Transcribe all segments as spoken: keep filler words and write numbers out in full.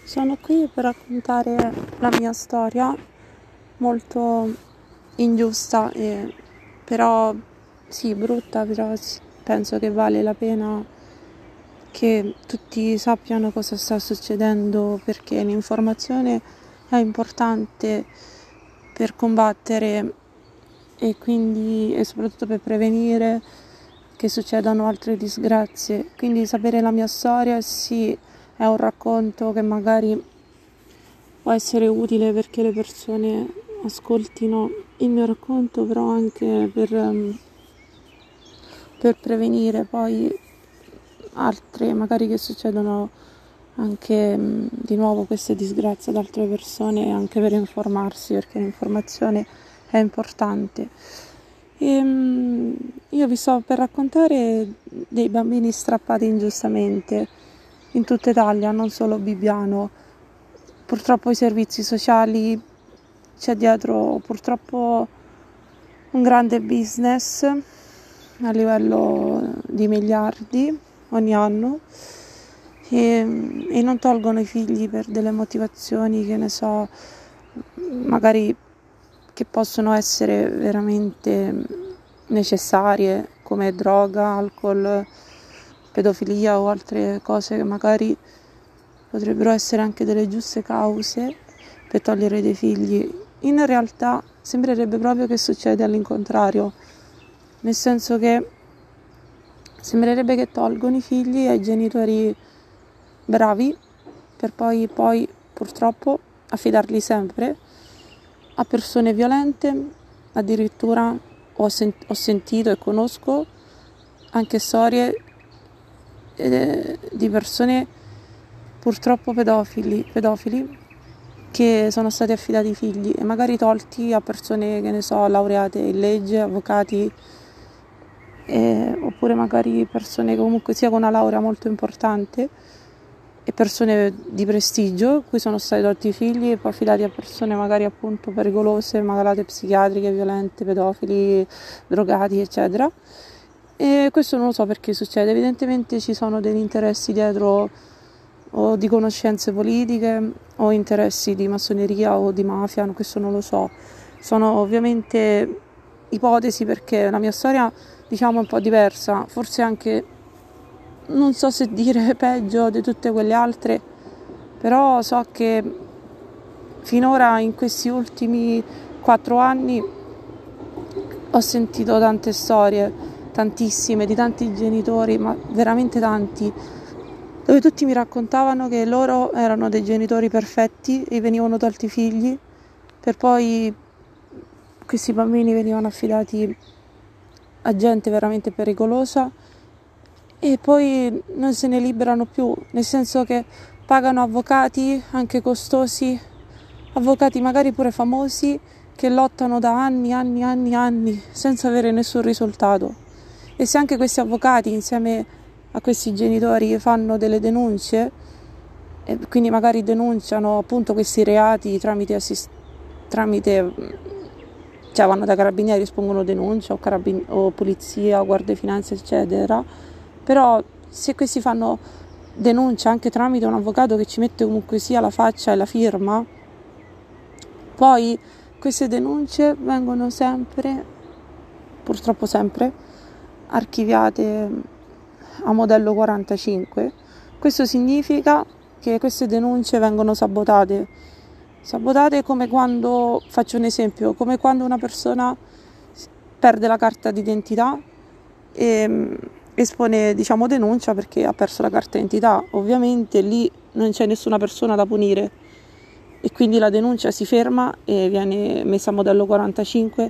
Sono qui per raccontare la mia storia, molto ingiusta, e però sì, brutta, però sì, penso che vale la pena che tutti sappiano cosa sta succedendo, perché l'informazione è importante per combattere e quindi e soprattutto per prevenire che succedano altre disgrazie. Quindi sapere la mia storia sì, è un racconto che magari può essere utile perché le persone ascoltino il mio racconto, però anche per, um, per prevenire poi altre, magari che succedono anche um, di nuovo queste disgrazie ad altre persone, e anche per informarsi, perché l'informazione è importante. E, um, io vi sto per raccontare dei bambini strappati ingiustamente in tutta Italia, non solo Bibbiano. Purtroppo i servizi sociali, c'è dietro purtroppo un grande business a livello di miliardi ogni anno, e, e non tolgono i figli per delle motivazioni, che ne so, magari che possono essere veramente necessarie, come droga, alcol, pedofilia o altre cose che magari potrebbero essere anche delle giuste cause per togliere dei figli. In realtà sembrerebbe proprio che succede all'incontrario, nel senso che sembrerebbe che tolgono i figli ai genitori bravi per poi, poi purtroppo affidarli sempre a persone violente. Addirittura ho, sen- ho sentito e conosco anche storie eh, di persone purtroppo pedofili, pedofili che sono stati affidati i figli e magari tolti a persone, che ne so, laureate in legge, avvocati, eh, oppure magari persone comunque sia con una laurea molto importante e persone di prestigio, cui sono stati tolti i figli e poi affidati a persone magari appunto pericolose, malate psichiatriche, violente, pedofili, drogati, eccetera. E questo non lo so perché succede, evidentemente ci sono degli interessi dietro, o di conoscenze politiche o interessi di massoneria o di mafia, questo non lo so. Sono ovviamente ipotesi, perché la mia storia, diciamo, è un po' diversa, forse anche, non so se dire peggio di tutte quelle altre, però so che finora in questi ultimi quattro anni ho sentito tante storie, tantissime, di tanti genitori, ma veramente tanti, dove tutti mi raccontavano che loro erano dei genitori perfetti e venivano tolti i figli, per poi questi bambini venivano affidati a gente veramente pericolosa e poi non se ne liberano più, nel senso che pagano avvocati anche costosi, avvocati magari pure famosi, che lottano da anni, anni, anni, anni senza avere nessun risultato. E se anche questi avvocati insieme a questi genitori fanno delle denunce, e quindi magari denunciano appunto questi reati tramite, assist- tramite cioè vanno da carabinieri, espongono denuncia o, carabin- o polizia o guardia di finanza eccetera, però se questi fanno denuncia anche tramite un avvocato che ci mette comunque sia la faccia e la firma, poi queste denunce vengono sempre, purtroppo sempre, archiviate a modello quarantacinque. Questo significa che queste denunce vengono sabotate. Sabotate come quando, faccio un esempio, come quando una persona perde la carta d'identità e espone, diciamo, denuncia perché ha perso la carta d'identità. Ovviamente lì non c'è nessuna persona da punire e quindi la denuncia si ferma e viene messa a modello quarantacinque,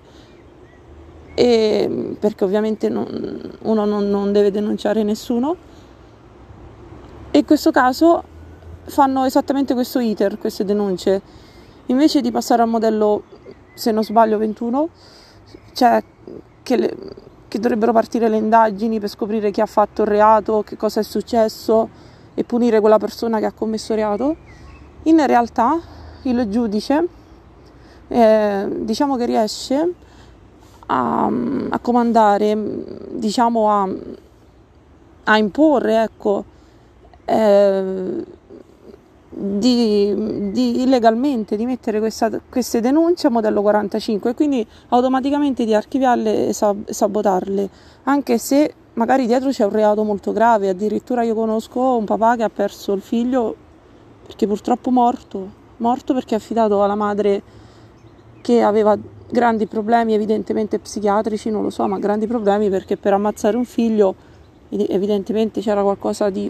e perché ovviamente non, uno non, non deve denunciare nessuno, e in questo caso fanno esattamente questo iter, queste denunce, invece di passare al modello, se non sbaglio, ventuno, cioè che, le, che dovrebbero partire le indagini per scoprire chi ha fatto il reato, che cosa è successo e punire quella persona che ha commesso il reato. In realtà il giudice eh, diciamo che riesce a, a comandare, diciamo a, a imporre, ecco, eh, di, di illegalmente di mettere questa, queste denunce a modello quarantacinque e quindi automaticamente di archiviarle e sab- sabotarle, anche se magari dietro c'è un reato molto grave. Addirittura io conosco un papà che ha perso il figlio perché purtroppo morto, morto perché è affidato alla madre che aveva grandi problemi evidentemente psichiatrici, non lo so, ma grandi problemi perché per ammazzare un figlio evidentemente c'era qualcosa di,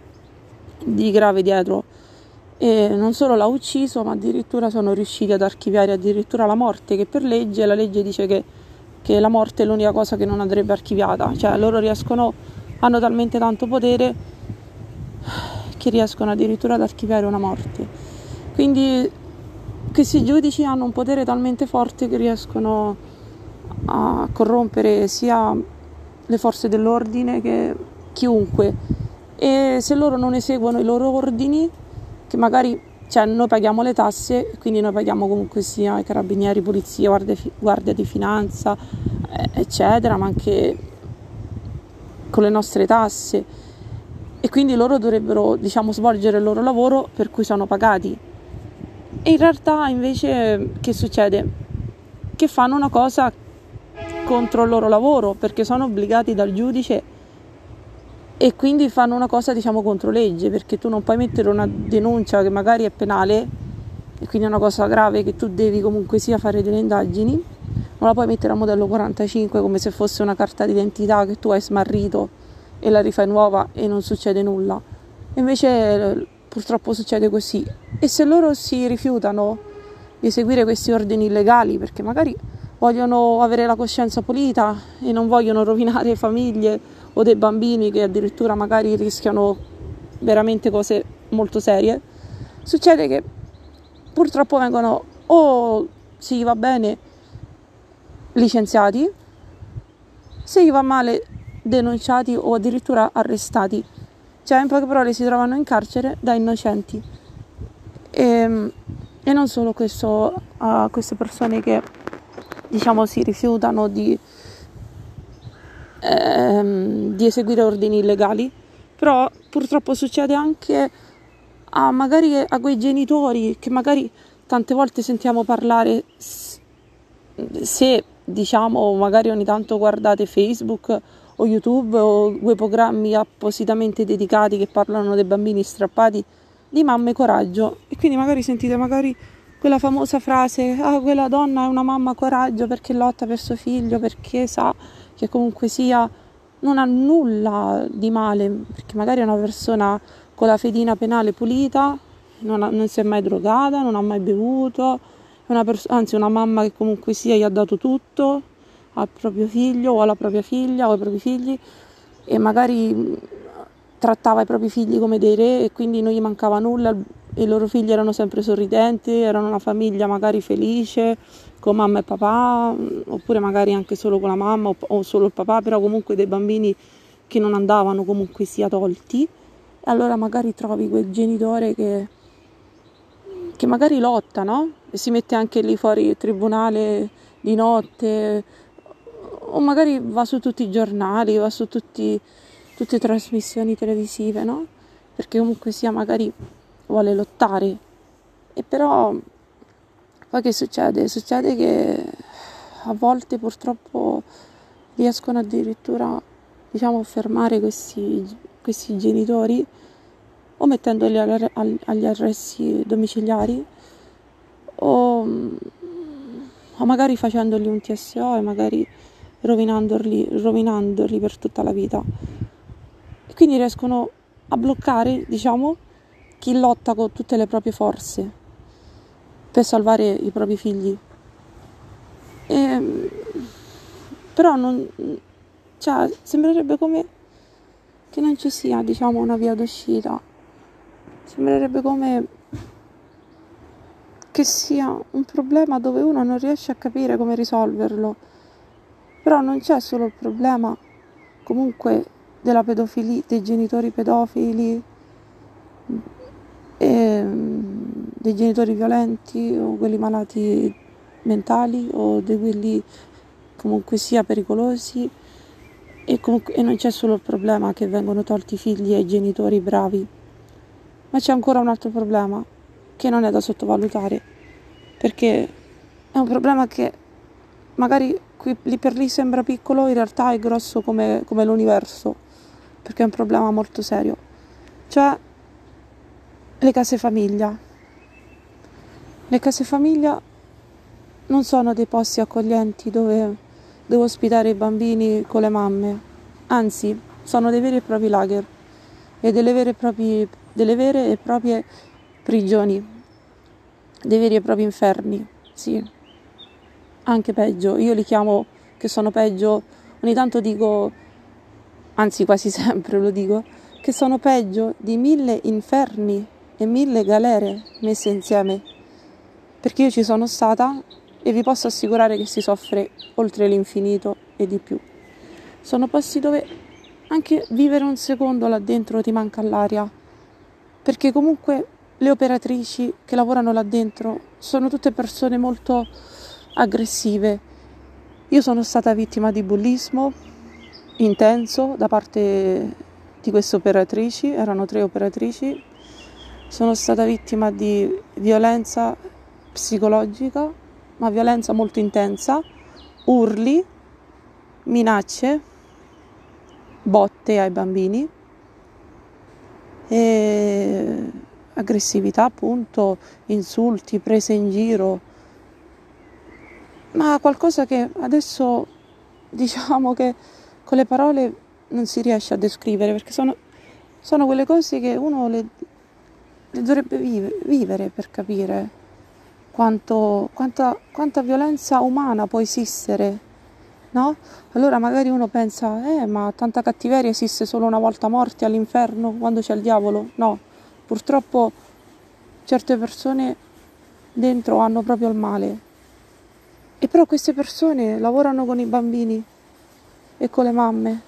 di grave dietro. E non solo l'ha ucciso, ma addirittura sono riusciti ad archiviare addirittura la morte, che per legge, la legge dice che, che la morte è l'unica cosa che non andrebbe archiviata, cioè loro riescono, hanno talmente tanto potere che riescono addirittura ad archiviare una morte. Quindi questi giudici hanno un potere talmente forte che riescono a corrompere sia le forze dell'ordine che chiunque, e se loro non eseguono i loro ordini, che magari, cioè noi paghiamo le tasse, quindi noi paghiamo comunque sia i carabinieri, polizia, guardia, guardia di finanza, eccetera, ma anche con le nostre tasse, e quindi loro dovrebbero, diciamo, svolgere il loro lavoro per cui sono pagati. E in realtà invece che succede? Che fanno una cosa contro il loro lavoro perché sono obbligati dal giudice, e quindi fanno una cosa, diciamo, contro legge, perché tu non puoi mettere una denuncia che magari è penale e quindi è una cosa grave che tu devi comunque sia fare delle indagini, non la puoi mettere a modello quarantacinque come se fosse una carta d'identità che tu hai smarrito e la rifai nuova e non succede nulla. Invece purtroppo succede così, e se loro si rifiutano di eseguire questi ordini illegali perché magari vogliono avere la coscienza pulita e non vogliono rovinare famiglie o dei bambini che addirittura magari rischiano veramente cose molto serie, succede che purtroppo vengono, o se gli va bene, licenziati, se gli va male denunciati o addirittura arrestati, cioè in poche parole si trovano in carcere da innocenti. E, e non solo questo, a queste persone che, diciamo, si rifiutano di ehm, di eseguire ordini illegali, però purtroppo succede anche a magari a quei genitori che magari tante volte sentiamo parlare, se diciamo magari ogni tanto guardate Facebook o YouTube o quei programmi appositamente dedicati che parlano dei bambini strappati, di mamme coraggio, e quindi magari sentite magari quella famosa frase: ah, quella donna è una mamma coraggio perché lotta per suo figlio, perché sa che comunque sia non ha nulla di male, perché magari è una persona con la fedina penale pulita, non, ha, non si è mai drogata, non ha mai bevuto, è una pers- anzi una mamma che comunque sia gli ha dato tutto al proprio figlio o alla propria figlia o ai propri figli, e magari trattava i propri figli come dei re e quindi non gli mancava nulla, i loro figli erano sempre sorridenti, erano una famiglia magari felice con mamma e papà, oppure magari anche solo con la mamma o solo il papà, però comunque dei bambini che non andavano comunque sia tolti. E allora magari trovi quel genitore che, che magari lotta, no? E si mette anche lì fuori il tribunale di notte, o magari va su tutti i giornali, va su tutti, tutte le trasmissioni televisive, no? Perché comunque sia magari vuole lottare. E però poi che succede? Succede che a volte purtroppo riescono addirittura, diciamo, a fermare questi, questi genitori, o mettendoli agli arresti domiciliari, o, o magari facendogli un T S O e magari rovinandoli, rovinandoli per tutta la vita. E quindi riescono a bloccare, diciamo, chi lotta con tutte le proprie forze per salvare i propri figli. E, però non, cioè, sembrerebbe come che non ci sia, diciamo, una via d'uscita. Sembrerebbe come che sia un problema dove uno non riesce a capire come risolverlo. Però non c'è solo il problema comunque della pedofilia, dei genitori pedofili, e dei genitori violenti o quelli malati mentali o di quelli comunque sia pericolosi, e, comunque, e non c'è solo il problema che vengono tolti i figli ai genitori bravi, Ma c'è ancora un altro problema che non è da sottovalutare, perché è un problema che magari qui, lì per lì sembra piccolo, in realtà è grosso come, come l'universo, perché è un problema molto serio. Cioè, le case famiglia. Le case famiglia non sono dei posti accoglienti dove, dove ospitare i bambini con le mamme, anzi, sono dei veri e propri lager e delle vere e proprie, delle vere e proprie prigioni, dei veri e propri inferni, sì, anche peggio. Io li chiamo che sono peggio, ogni tanto dico, anzi quasi sempre lo dico, che sono peggio di mille inferni e mille galere messe insieme, perché io ci sono stata e vi posso assicurare che si soffre oltre l'infinito e di più. Sono posti dove anche vivere un secondo là dentro ti manca l'aria, perché comunque le operatrici che lavorano là dentro sono tutte persone molto aggressive. Io sono stata vittima di bullismo intenso da parte di queste operatrici, erano tre operatrici. Sono stata vittima di violenza psicologica, ma violenza molto intensa, urli, minacce, botte ai bambini e aggressività, appunto, insulti, prese in giro, ma qualcosa che adesso diciamo che con le parole non si riesce a descrivere, perché sono, sono quelle cose che uno le, le dovrebbe vive, vivere per capire quanto, quanta, quanta violenza umana può esistere, no? Allora magari uno pensa, eh, ma tanta cattiveria esiste solo una volta morti all'inferno quando c'è il diavolo? No, purtroppo certe persone dentro hanno proprio il male. E però queste persone lavorano con i bambini e con le mamme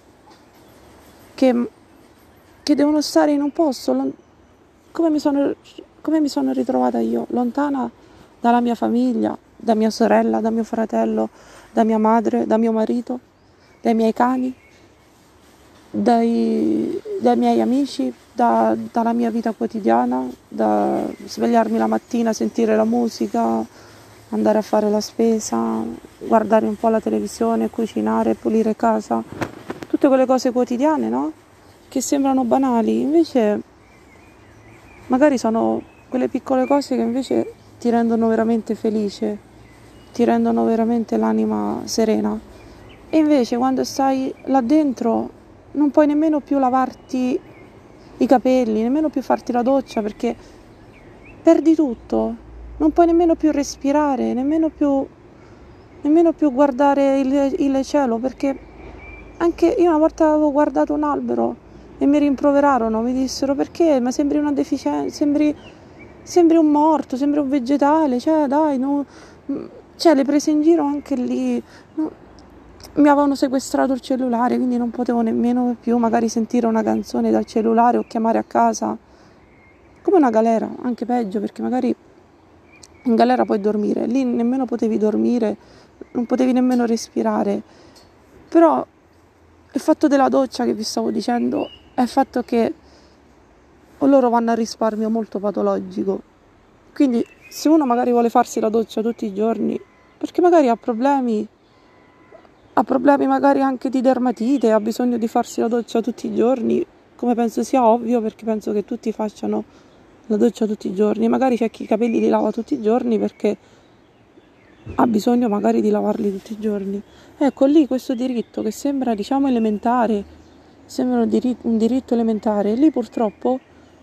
che, che devono stare in un posto come mi sono, come mi sono ritrovata io, lontana dalla mia famiglia, da mia sorella, da mio fratello, da mia madre, da mio marito, dai miei cani, dai, dai miei amici, da, dalla mia vita quotidiana, da svegliarmi la mattina, sentire la musica, andare a fare la spesa, guardare un po' la televisione, cucinare, pulire casa, tutte quelle cose quotidiane, no? Che sembrano banali, invece magari sono quelle piccole cose che invece ti rendono veramente felice, ti rendono veramente l'anima serena. E invece quando stai là dentro non puoi nemmeno più lavarti i capelli, nemmeno più farti la doccia, perché perdi tutto. Non puoi nemmeno più respirare, nemmeno più, nemmeno più guardare il, il cielo, perché anche io una volta avevo guardato un albero e mi rimproverarono, mi dissero perché, ma sembri una deficienza, sembri, sembri un morto, sembri un vegetale, cioè dai, no, cioè le prese in giro anche lì, no, mi avevano sequestrato il cellulare, quindi non potevo nemmeno più magari sentire una canzone dal cellulare o chiamare a casa, come una galera, anche peggio, perché magari in galera puoi dormire, lì nemmeno potevi dormire, non potevi nemmeno respirare. Però il fatto della doccia che vi stavo dicendo è il fatto che loro vanno a risparmio molto patologico, quindi se uno magari vuole farsi la doccia tutti i giorni perché magari ha problemi ha problemi magari anche di dermatite, ha bisogno di farsi la doccia tutti i giorni, come penso sia ovvio, perché penso che tutti facciano la doccia tutti i giorni, magari c'è chi i capelli li lava tutti i giorni perché ha bisogno magari di lavarli tutti i giorni. Ecco lì questo diritto che sembra diciamo elementare, sembra un diritto, un diritto elementare, lì purtroppo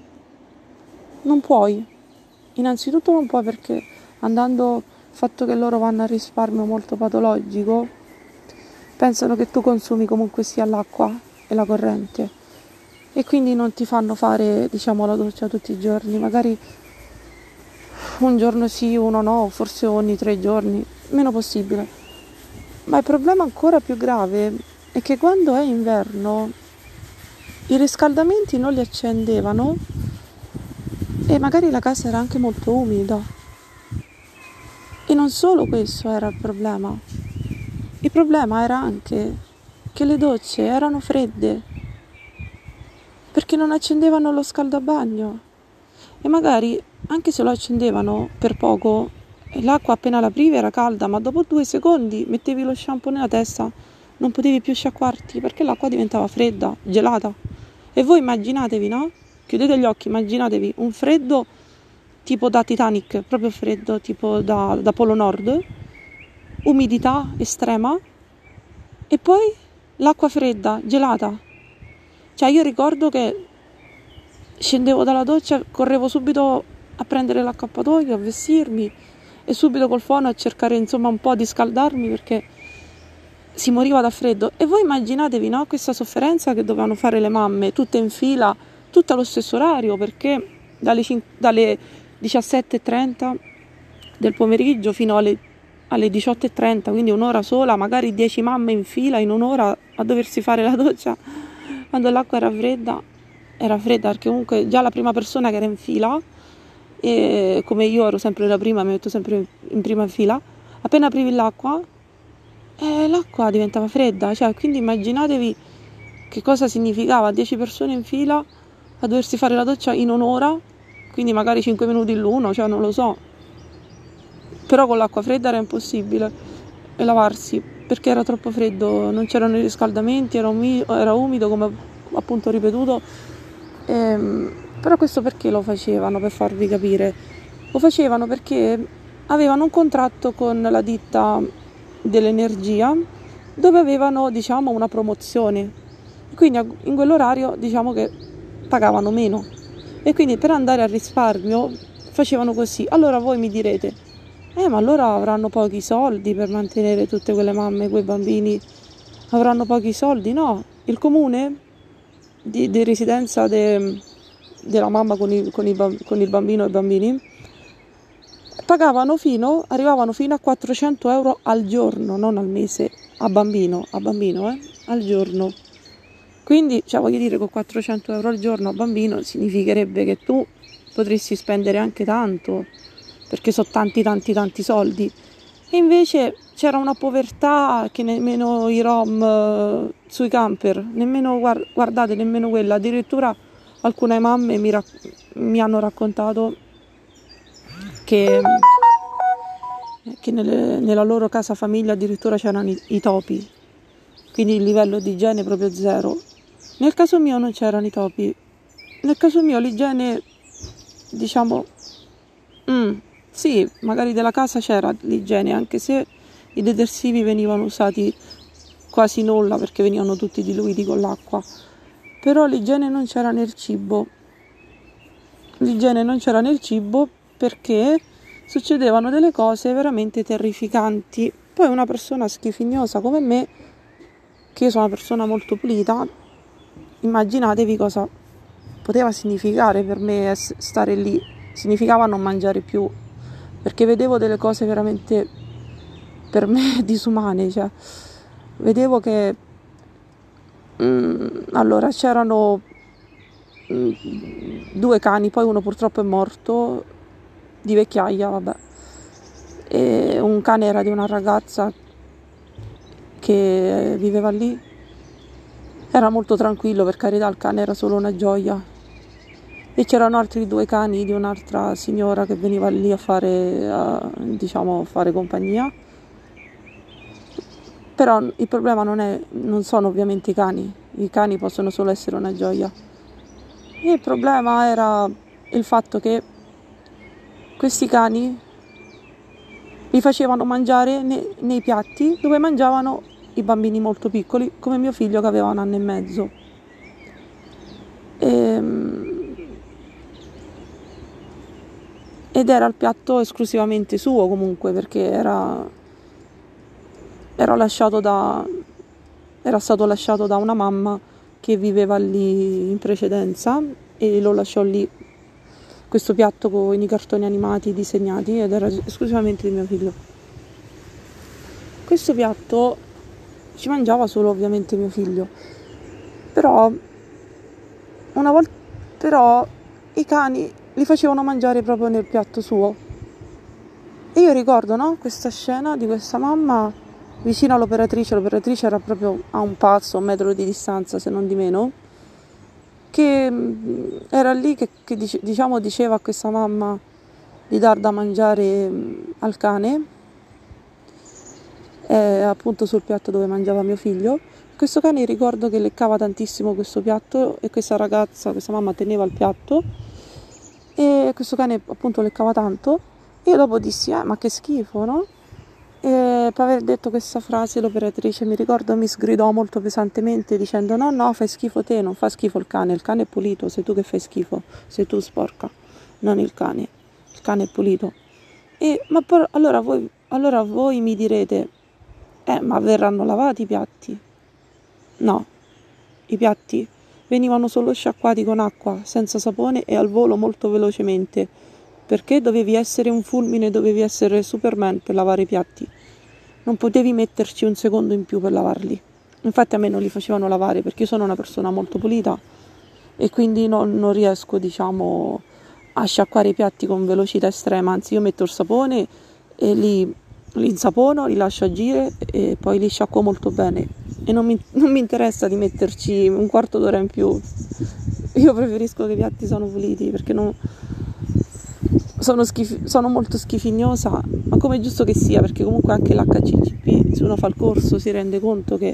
non puoi. Innanzitutto non puoi perché andando il fatto che loro vanno a risparmio molto patologico, pensano che tu consumi comunque sia l'acqua e la corrente e quindi non ti fanno fare diciamo la doccia tutti i giorni, magari un giorno sì, uno no, forse ogni tre giorni, meno possibile. Ma il problema ancora più grave è che quando è inverno i riscaldamenti non li accendevano e magari la casa era anche molto umida. E non solo questo era il problema. Il problema era anche che le docce erano fredde perché non accendevano lo scaldabagno. e magari anche se lo accendevano per poco, e l'acqua appena l'aprivi era calda, ma dopo due secondi mettevi lo shampoo nella testa, non potevi più sciacquarti perché l'acqua diventava fredda, gelata. E voi immaginatevi, no? Chiudete gli occhi, immaginatevi un freddo tipo da Titanic, proprio freddo, tipo da, da Polo Nord, umidità estrema, e poi l'acqua fredda, gelata. Cioè io ricordo che scendevo dalla doccia, correvo subito a prendere l'accappatoio, a vestirmi e subito col fono a cercare insomma un po' di scaldarmi perché si moriva da freddo. E voi immaginatevi, no, questa sofferenza che dovevano fare le mamme, tutte in fila, tutte allo stesso orario, perché dalle, cin- dalle diciassette e trenta del pomeriggio fino alle, alle diciotto e trenta, quindi un'ora sola, magari dieci mamme in fila in un'ora a doversi fare la doccia quando l'acqua era fredda. Era fredda perché comunque già la prima persona che era in fila, e come io ero sempre la prima, mi metto sempre in, in prima fila, appena aprivi l'acqua, eh, l'acqua diventava fredda, cioè quindi immaginatevi che cosa significava dieci persone in fila a doversi fare la doccia in un'ora, quindi magari cinque minuti l'uno, cioè non lo so, però con l'acqua fredda era impossibile e lavarsi perché era troppo freddo, non c'erano i riscaldamenti, era, umi- era umido come appunto ripetuto. Ehm, però questo perché lo facevano, per farvi capire? Lo facevano perché avevano un contratto con la ditta dell'energia dove avevano, diciamo, una promozione, quindi in quell'orario diciamo che pagavano meno e quindi per andare a risparmio facevano così. Allora voi mi direte, eh ma allora avranno pochi soldi per mantenere tutte quelle mamme, quei bambini, avranno pochi soldi? No, il comune di, di residenza de, della mamma con, i, con, i, con il bambino e i bambini pagavano fino, arrivavano fino a quattrocento euro al giorno, non al mese, a bambino, a bambino, eh, al giorno. Quindi, cioè, voglio dire, con quattrocento euro al giorno a bambino significherebbe che tu potresti spendere anche tanto, perché sono tanti, tanti, tanti soldi. E invece c'era una povertà che nemmeno i rom eh, sui camper, nemmeno, guardate, nemmeno quella. Addirittura alcune mamme mi, rac- mi hanno raccontato che, che nelle, nella loro casa famiglia addirittura c'erano i, i topi, quindi il livello di igiene proprio zero. Nel caso mio non c'erano i topi, nel caso mio l'igiene, diciamo, mm, sì, magari della casa c'era l'igiene, anche se i detersivi venivano usati quasi nulla perché venivano tutti diluiti con l'acqua, però l'igiene non c'era nel cibo, l'igiene non c'era nel cibo perché succedevano delle cose veramente terrificanti. Poi una persona schifignosa come me, che io sono una persona molto pulita, immaginatevi cosa poteva significare per me stare lì. Significava non mangiare più, perché vedevo delle cose veramente per me disumane, cioè vedevo che mm, allora c'erano mm, due cani, poi uno purtroppo è morto di vecchiaia, vabbè, e un cane era di una ragazza che viveva lì. Era molto tranquillo, per carità, il cane era solo una gioia. E c'erano altri due cani di un'altra signora che veniva lì a fare, a, diciamo, fare compagnia. Però il problema non è, non sono ovviamente i cani. I cani possono solo essere una gioia. E il problema era il fatto che questi cani li facevano mangiare ne, nei piatti dove mangiavano i bambini molto piccoli, come mio figlio che aveva un anno e mezzo. E, ed era il piatto esclusivamente suo comunque, perché era, era lasciato da era stato lasciato da una mamma che viveva lì in precedenza e lo lasciò lì, questo piatto con i cartoni animati disegnati, ed era esclusivamente di mio figlio. Questo piatto ci mangiava solo ovviamente mio figlio, però una volta però i cani li facevano mangiare proprio nel piatto suo. E io ricordo, no, questa scena di questa mamma vicino all'operatrice. L'operatrice era proprio a un passo, un metro di distanza, se non di meno, che mh, era lì che, che dice- diciamo diceva a questa mamma di dar da mangiare mh, al cane, eh, appunto sul piatto dove mangiava mio figlio. Questo cane ricordo che leccava tantissimo questo piatto e questa ragazza, questa mamma teneva il piatto e questo cane appunto leccava tanto. E io dopo dissi, eh, ma che schifo, no? E per aver detto questa frase l'operatrice, mi ricordo, mi sgridò molto pesantemente dicendo no, no, fai schifo te, non fa schifo il cane, il cane è pulito, sei tu che fai schifo, sei tu sporca, non il cane, il cane è pulito. E, ma però, allora voi, allora voi mi direte, eh, ma verranno lavati i piatti? No, i piatti venivano solo sciacquati con acqua, senza sapone e al volo molto velocemente, perché dovevi essere un fulmine, dovevi essere Superman per lavare i piatti. Non potevi metterci un secondo in più per lavarli. Infatti a me non li facevano lavare perché io sono una persona molto pulita e quindi non, non riesco, diciamo, a sciacquare i piatti con velocità estrema. Anzi, io metto il sapone e li, li insapono, li lascio agire e poi li sciacquo molto bene. E non mi, non mi interessa di metterci un quarto d'ora in più. Io preferisco che i piatti sono puliti perché non, sono, schif- sono molto schifignosa, ma come è giusto che sia, perché comunque anche l'H C C P, se uno fa il corso, si rende conto che,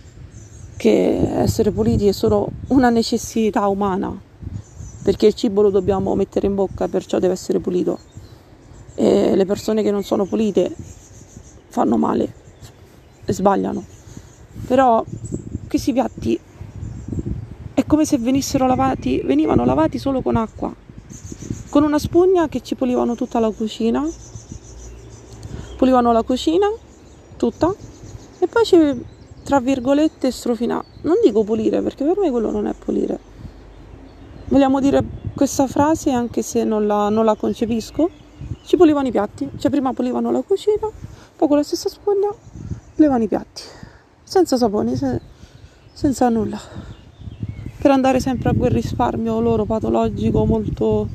che essere puliti è solo una necessità umana, perché il cibo lo dobbiamo mettere in bocca, perciò deve essere pulito. E le persone che non sono pulite fanno male e sbagliano. Però questi piatti è come se venissero lavati, venivano lavati solo con acqua, con una spugna che ci pulivano tutta la cucina, pulivano la cucina tutta e poi ci, tra virgolette, strofinavano. Non dico pulire perché per me quello non è pulire. Vogliamo dire questa frase anche se non la, non la concepisco. Ci pulivano i piatti, cioè prima pulivano la cucina, poi con la stessa spugna pulivano i piatti, senza sapone, se, senza nulla, per andare sempre a quel risparmio loro patologico molto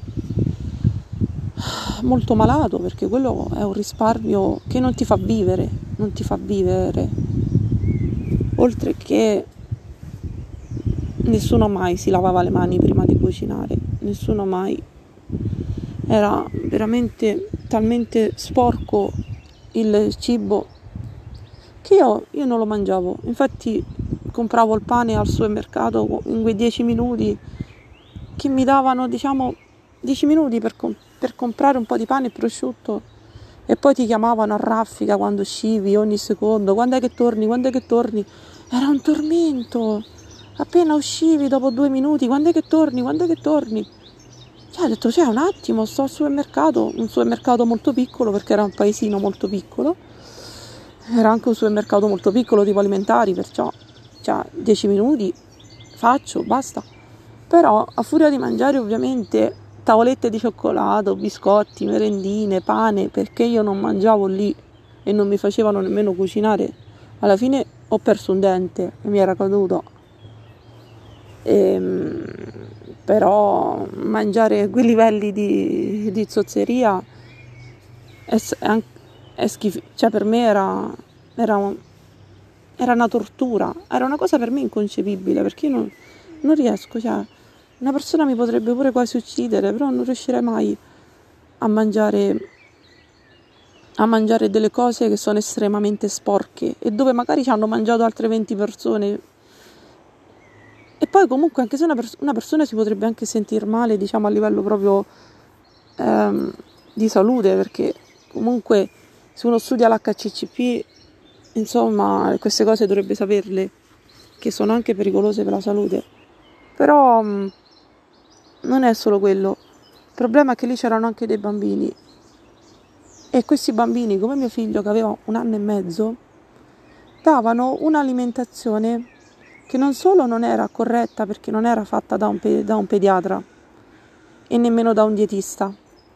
molto malato, perché quello è un risparmio che non ti fa vivere, non ti fa vivere. Oltre che nessuno mai si lavava le mani prima di cucinare, nessuno mai. Era veramente talmente sporco il cibo che io, io non lo mangiavo. Infatti compravo il pane al supermercato in quei dieci minuti che mi davano, diciamo, dieci minuti per, com- per comprare un po' di pane e prosciutto e poi ti chiamavano a raffica quando uscivi ogni secondo, quando è che torni, quando è che torni? Era un tormento. Appena uscivi dopo due minuti, quando è che torni, quando è che torni? Cioè, ho detto, cioè, un attimo, sto al supermercato, un supermercato molto piccolo perché era un paesino molto piccolo, era anche un supermercato molto piccolo tipo alimentari, perciò, cioè, dieci minuti, faccio, basta. Però a furia di mangiare ovviamente tavolette di cioccolato, biscotti, merendine, pane, perché io non mangiavo lì e non mi facevano nemmeno cucinare, alla fine ho perso un dente e mi era caduto. Ehm, però mangiare a quei livelli di, di zozzeria è, è, è schifo, cioè per me era, era, un, era una tortura, era una cosa per me inconcepibile, perché io non, non riesco, cioè una persona mi potrebbe pure quasi uccidere, però non riuscirei mai a mangiare a mangiare delle cose che sono estremamente sporche e dove magari ci hanno mangiato altre venti persone. E poi comunque anche se una, pers- una persona si potrebbe anche sentir male, diciamo a livello proprio ehm, di salute, perché comunque se uno studia l'H C C P, insomma, queste cose dovrebbe saperle, che sono anche pericolose per la salute. Però mh, non è solo quello. Il problema è che lì c'erano anche dei bambini e questi bambini, come mio figlio che aveva un anno e mezzo, davano un'alimentazione che non solo non era corretta perché non era fatta da un, pe- da un pediatra e nemmeno da un dietista,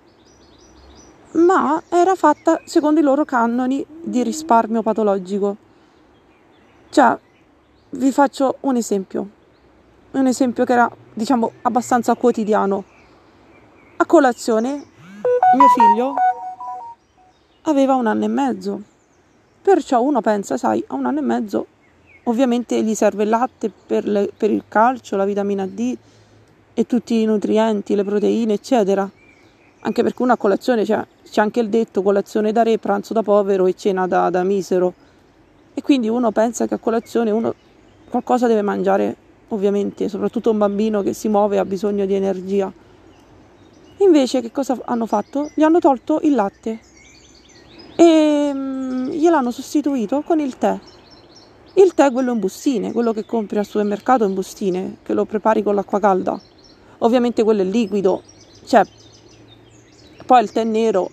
ma era fatta secondo i loro canoni di risparmio patologico. Cioè, vi faccio un esempio, un esempio che era, diciamo, abbastanza quotidiano. A colazione, mio figlio aveva un anno e mezzo, perciò uno pensa, sai, a un anno e mezzo ovviamente gli serve il latte per, le, per il calcio, la vitamina D e tutti i nutrienti, le proteine, eccetera. Anche perché una colazione, cioè, c'è anche il detto colazione da re, pranzo da povero e cena da, da misero. E quindi uno pensa che a colazione uno qualcosa deve mangiare, ovviamente, soprattutto un bambino che si muove ha bisogno di energia. Invece che cosa hanno fatto? Gli hanno tolto il latte e mm, gliel'hanno sostituito con il tè. Il tè, quello in bustine, quello che compri al supermercato in bustine, che lo prepari con l'acqua calda. Ovviamente quello è liquido, cioè, poi il tè nero,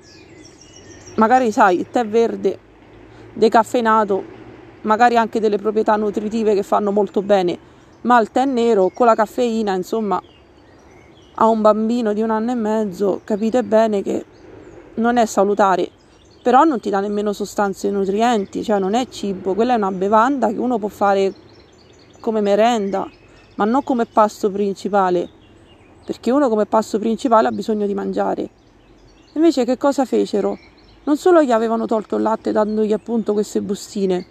magari sai, il tè verde, decaffeinato, magari anche delle proprietà nutritive che fanno molto bene, ma il tè nero con la caffeina, insomma, a un bambino di un anno e mezzo, capite bene che non è salutare, però non ti dà nemmeno sostanze nutrienti, cioè non è cibo, quella è una bevanda che uno può fare come merenda, ma non come pasto principale, perché uno come pasto principale ha bisogno di mangiare. Invece che cosa fecero? Non solo gli avevano tolto il latte dandogli appunto queste bustine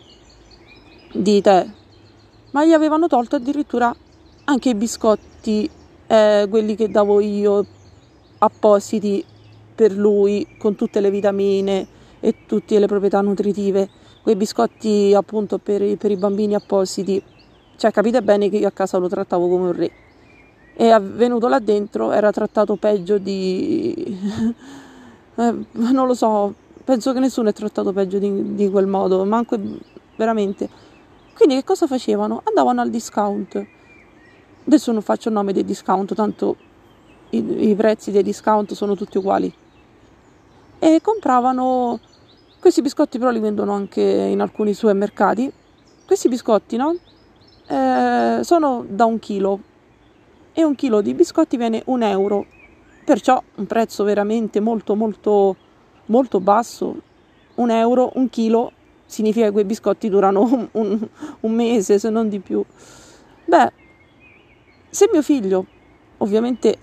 di tè, ma gli avevano tolto addirittura anche i biscotti, eh, quelli che davo io, appositi per lui, con tutte le vitamine e tutte le proprietà nutritive, quei biscotti appunto per i, per i bambini appositi. Cioè, capite bene che io a casa lo trattavo come un re, e venuto là dentro era trattato peggio di... eh, non lo so, penso che nessuno è trattato peggio di, di quel modo, manco veramente. Quindi che cosa facevano? Andavano al discount. Adesso non faccio il nome dei discount, tanto i, i prezzi dei discount sono tutti uguali. E compravano questi biscotti, però li vendono anche in alcuni supermercati. Questi biscotti, no? Eh, sono da un chilo, e un chilo di biscotti viene un euro, perciò un prezzo veramente molto molto molto basso. Un euro, un chilo, significa che quei biscotti durano un, un, un mese, se non di più. Beh, se mio figlio, ovviamente,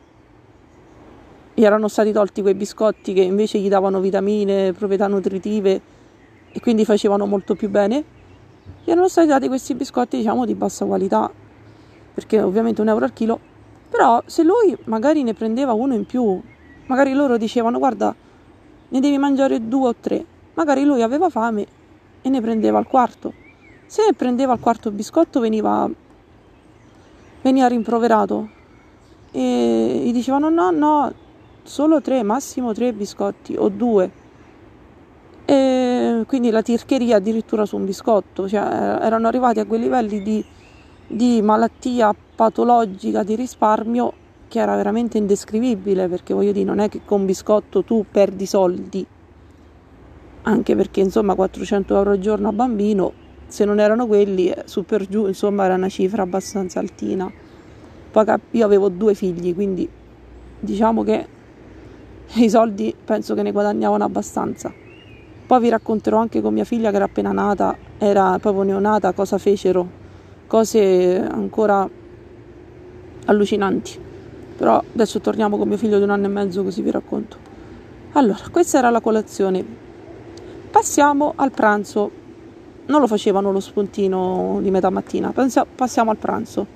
gli erano stati tolti quei biscotti che invece gli davano vitamine, proprietà nutritive e quindi facevano molto più bene, gli erano stati dati questi biscotti, diciamo, di bassa qualità, perché ovviamente un euro al chilo. Però se lui magari ne prendeva uno in più, magari loro dicevano guarda, ne devi mangiare due o tre, magari lui aveva fame e ne prendeva il quarto. Se ne prendeva il quarto biscotto veniva veniva rimproverato e gli dicevano no, no, solo tre, massimo tre biscotti o due. E quindi la tircheria addirittura su un biscotto, cioè erano arrivati a quei livelli di, di malattia patologica, di risparmio, che era veramente indescrivibile, perché voglio dire, non è che con biscotto tu perdi soldi, anche perché insomma quattrocento euro al giorno a bambino, se non erano quelli, su per giù, insomma era una cifra abbastanza altina. Poi io avevo due figli, quindi diciamo che i soldi penso che ne guadagnavano abbastanza. Poi vi racconterò anche con mia figlia che era appena nata, era proprio neonata, cosa fecero, cose ancora allucinanti. Però adesso torniamo con mio figlio di un anno e mezzo, così vi racconto. Allora, questa era la colazione. Passiamo al pranzo. Non lo facevano lo spuntino di metà mattina, passiamo al pranzo.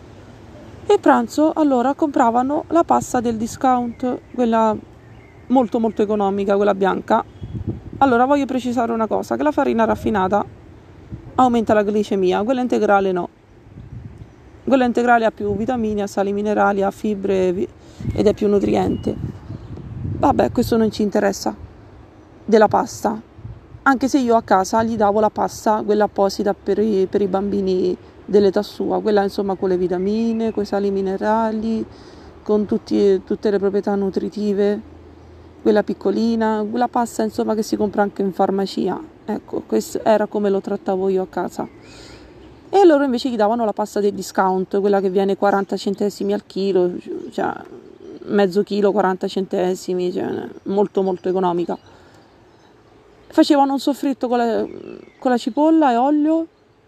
E pranzo, allora, compravano la pasta del discount, quella molto molto economica, quella bianca. Allora, voglio precisare una cosa, che la farina raffinata aumenta la glicemia, quella integrale no. Quella integrale ha più vitamine, ha sali minerali, ha fibre ed è più nutriente. Vabbè, questo non ci interessa della pasta. Anche se io a casa gli davo la pasta, quella apposita per i, per i bambini dell'età sua, quella insomma con le vitamine, con i sali minerali, con tutti, tutte le proprietà nutritive, quella piccolina, quella pasta insomma che si compra anche in farmacia. Ecco, questo era come lo trattavo io a casa. E loro invece gli davano la pasta del discount, quella che viene quaranta centesimi al chilo, cioè mezzo chilo quaranta centesimi, cioè molto molto economica. Facevano un soffritto con la, con la cipolla e olio,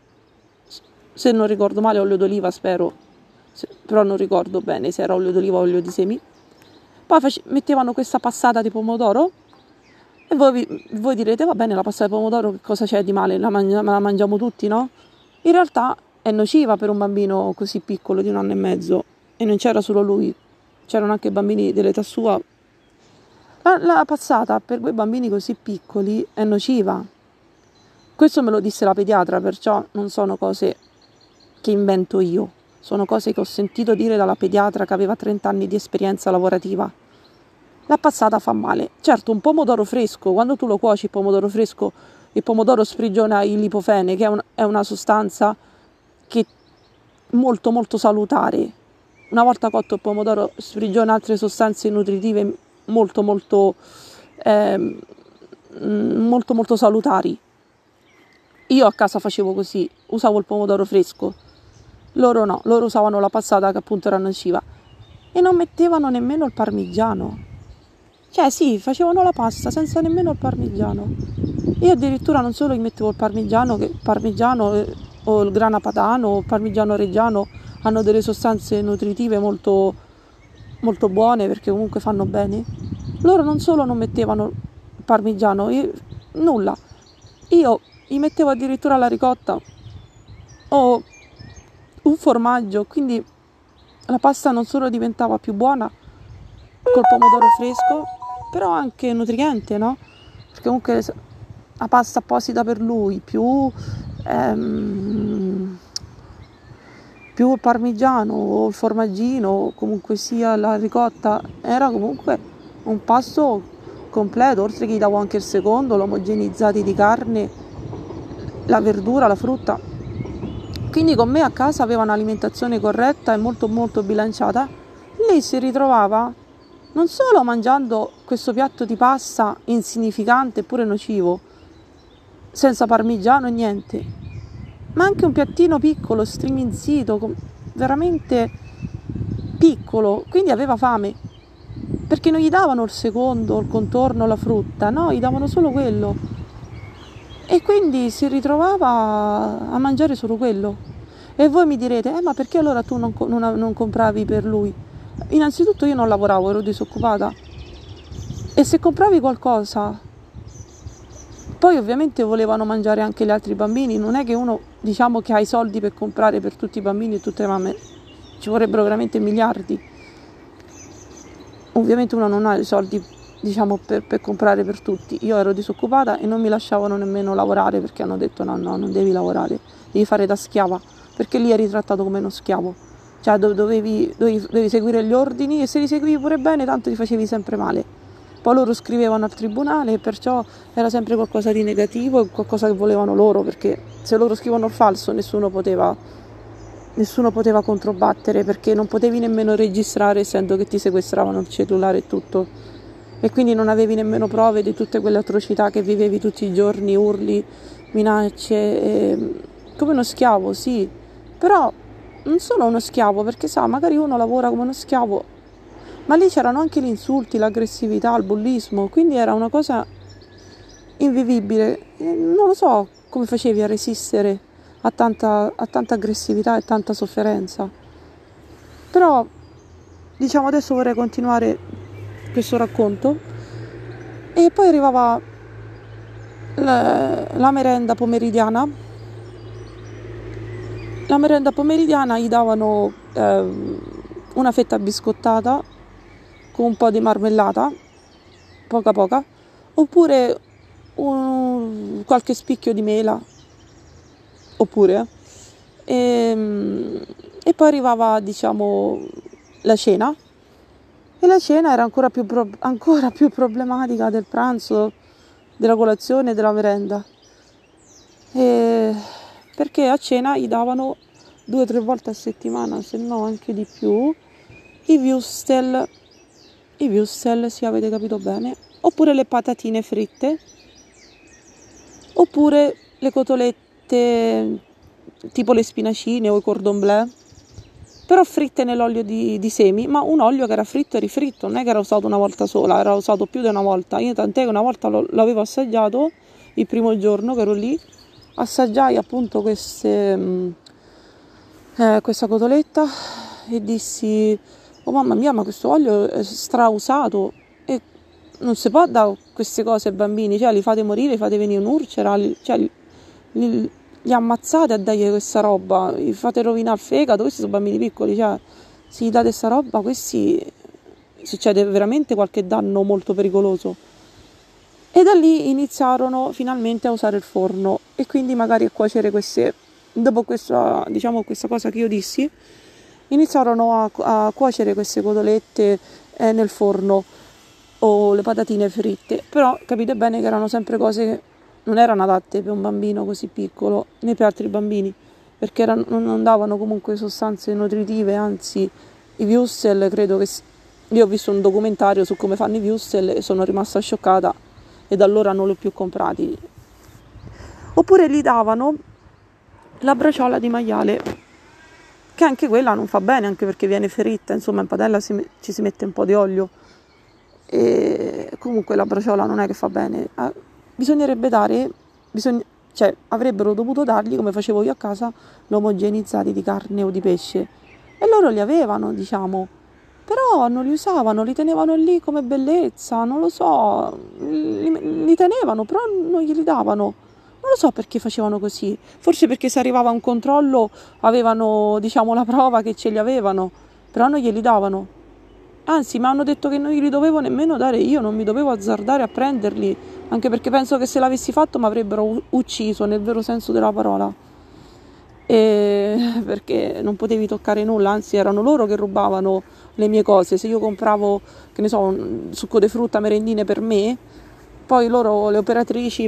se non ricordo male olio d'oliva spero, se, però non ricordo bene se era olio d'oliva o olio di semi. Poi face, mettevano questa passata di pomodoro e voi, voi direte va bene, la passata di pomodoro che cosa c'è di male, la, mangia, la mangiamo tutti, no? In realtà è nociva per un bambino così piccolo di un anno e mezzo, e non c'era solo lui, c'erano anche bambini dell'età sua. La, la passata per quei bambini così piccoli è nociva. Questo me lo disse la pediatra, perciò non sono cose che invento io, sono cose che ho sentito dire dalla pediatra che aveva trenta anni di esperienza lavorativa. La passata fa male. Certo, un pomodoro fresco, quando tu lo cuoci il pomodoro fresco, il pomodoro sprigiona il lipofene, che è, un, è una sostanza che è molto molto salutare. Una volta cotto il pomodoro sprigiona altre sostanze nutritive molto molto eh, molto molto salutari. Io a casa facevo così, usavo il pomodoro fresco, loro no, loro usavano la passata che appunto era nociva e non mettevano nemmeno il parmigiano. Cioè sì, facevano la pasta senza nemmeno il parmigiano. Io addirittura non solo gli mettevo il parmigiano, che il parmigiano eh, o il grana padano o il parmigiano reggiano hanno delle sostanze nutritive molto, molto buone perché comunque fanno bene. Loro non solo non mettevano il parmigiano, io, nulla. Io gli mettevo addirittura la ricotta o un formaggio, quindi la pasta non solo diventava più buona col pomodoro fresco, però anche nutriente, no? Perché comunque la pasta apposita per lui, più, ehm, più il parmigiano o il formaggino, o comunque sia la ricotta, era comunque un pasto completo, oltre che gli davo anche il secondo, l'omogenizzati di carne, la verdura, la frutta. Quindi con me a casa aveva un'alimentazione corretta e molto molto bilanciata. Lei si ritrovava non solo mangiando questo piatto di pasta insignificante eppure nocivo, senza parmigiano e niente, ma anche un piattino piccolo, striminzito, veramente piccolo, quindi aveva fame, perché non gli davano il secondo, il contorno, la frutta, no, gli davano solo quello. E quindi si ritrovava a mangiare solo quello. E voi mi direte, eh, ma perché allora tu non, non, non compravi per lui? Innanzitutto io non lavoravo, ero disoccupata. E se compravi qualcosa, poi ovviamente volevano mangiare anche gli altri bambini. Non è che uno, diciamo, che ha i soldi per comprare per tutti i bambini e tutte le mamme. Ci vorrebbero veramente miliardi. Ovviamente uno non ha i soldi, diciamo, per, per comprare per tutti. Io ero disoccupata e non mi lasciavano nemmeno lavorare perché hanno detto no, no, non devi lavorare, devi fare da schiava, perché lì eri trattato come uno schiavo. Cioè dovevi, dovevi, dovevi seguire gli ordini e se li seguivi pure bene tanto ti facevi sempre male. Poi loro scrivevano al tribunale e perciò era sempre qualcosa di negativo e qualcosa che volevano loro, perché se loro scrivono il falso nessuno poteva, nessuno poteva controbattere, perché non potevi nemmeno registrare essendo che ti sequestravano il cellulare e tutto. E quindi non avevi nemmeno prove di tutte quelle atrocità che vivevi tutti i giorni, urli, minacce, e... come uno schiavo, sì, però non solo uno schiavo, perché sa, magari uno lavora come uno schiavo, ma lì c'erano anche gli insulti, l'aggressività, il bullismo, quindi era una cosa invivibile. E non lo so come facevi a resistere a tanta, a tanta aggressività e tanta sofferenza. Però, diciamo, adesso vorrei continuare questo racconto e poi arrivava la, la merenda pomeridiana. La merenda pomeridiana gli davano eh, una fetta biscottata con un po' di marmellata, poca poca, oppure un, qualche spicchio di mela, oppure e, e poi arrivava, diciamo, la cena. E la cena era ancora più, pro- ancora più problematica del pranzo, della colazione e della merenda. E perché a cena gli davano due o tre volte a settimana, se no anche di più, i würstel, i würstel, sì, avete capito bene, oppure le patatine fritte, oppure le cotolette tipo le spinacine o i cordon bleu, però fritte nell'olio di, di semi, ma un olio che era fritto e rifritto, non è che era usato una volta sola, era usato più di una volta. Io tant'è che una volta lo, l'avevo assaggiato il primo giorno che ero lì, assaggiai appunto queste, eh, questa cotoletta e dissi, oh mamma mia, ma questo olio è strausato e non si può dare queste cose ai bambini, cioè li fate morire, li fate venire un'ulcera, cioè li, li, li ammazzate a dargli questa roba, vi fate rovinare il fegato, questi sono bambini piccoli, cioè, se gli date questa roba, questi succede veramente qualche danno molto pericoloso. E da lì iniziarono finalmente a usare il forno e quindi magari a cuocere queste, dopo questa, diciamo, questa cosa che io dissi, iniziarono a, a cuocere queste cotolette eh, nel forno o le patatine fritte, però capite bene che erano sempre cose che non erano adatte per un bambino così piccolo né per altri bambini, perché erano, non davano comunque sostanze nutritive, anzi i wurstel, credo che io ho visto un documentario su come fanno i wurstel e sono rimasta scioccata e da allora non li ho più comprati. Oppure gli davano la braciola di maiale, che anche quella non fa bene, anche perché viene fritta, insomma in padella si, ci si mette un po' di olio e comunque la braciola non è che fa bene. Ah, bisognerebbe dare, bisogna, cioè avrebbero dovuto dargli, come facevo io a casa, l'omogenizzati di carne o di pesce, e loro li avevano, diciamo, però non li usavano, li tenevano lì come bellezza, non lo so, li, li tenevano, però non glieli davano. Non lo so perché facevano così, forse perché se arrivava un controllo avevano, diciamo, la prova che ce li avevano, però non glieli davano. Anzi, mi hanno detto che non glieli dovevo nemmeno dare io, non mi dovevo azzardare a prenderli, anche perché penso che se l'avessi fatto mi avrebbero ucciso nel vero senso della parola. E perché non potevi toccare nulla, anzi erano loro che rubavano le mie cose. Se io compravo, che ne so, un succo di frutta, merendine per me, poi loro, le operatrici,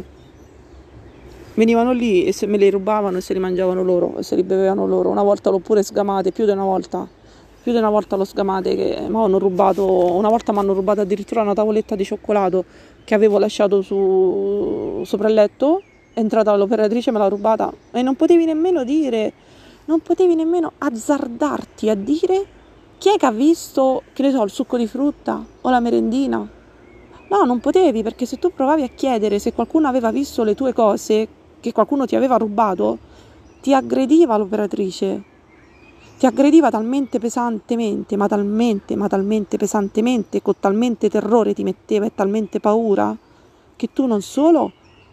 venivano lì e se me le rubavano e se li mangiavano loro e se li bevevano loro. Una volta l'ho pure sgamate, più di una volta, più di una volta l'ho sgamate, che mi hanno rubato, una volta mi hanno rubato addirittura una tavoletta di cioccolato che avevo lasciato su, sopra il letto. È entrata l'operatrice, me l'ha rubata e non potevi nemmeno dire, non potevi nemmeno azzardarti a dire chi è che ha visto, che ne so, il succo di frutta o la merendina. No, non potevi, perché se tu provavi a chiedere se qualcuno aveva visto le tue cose che qualcuno ti aveva rubato, ti aggrediva l'operatrice, ti aggrediva talmente pesantemente, ma talmente, ma talmente pesantemente, con talmente terrore ti metteva e talmente paura, che tu non solo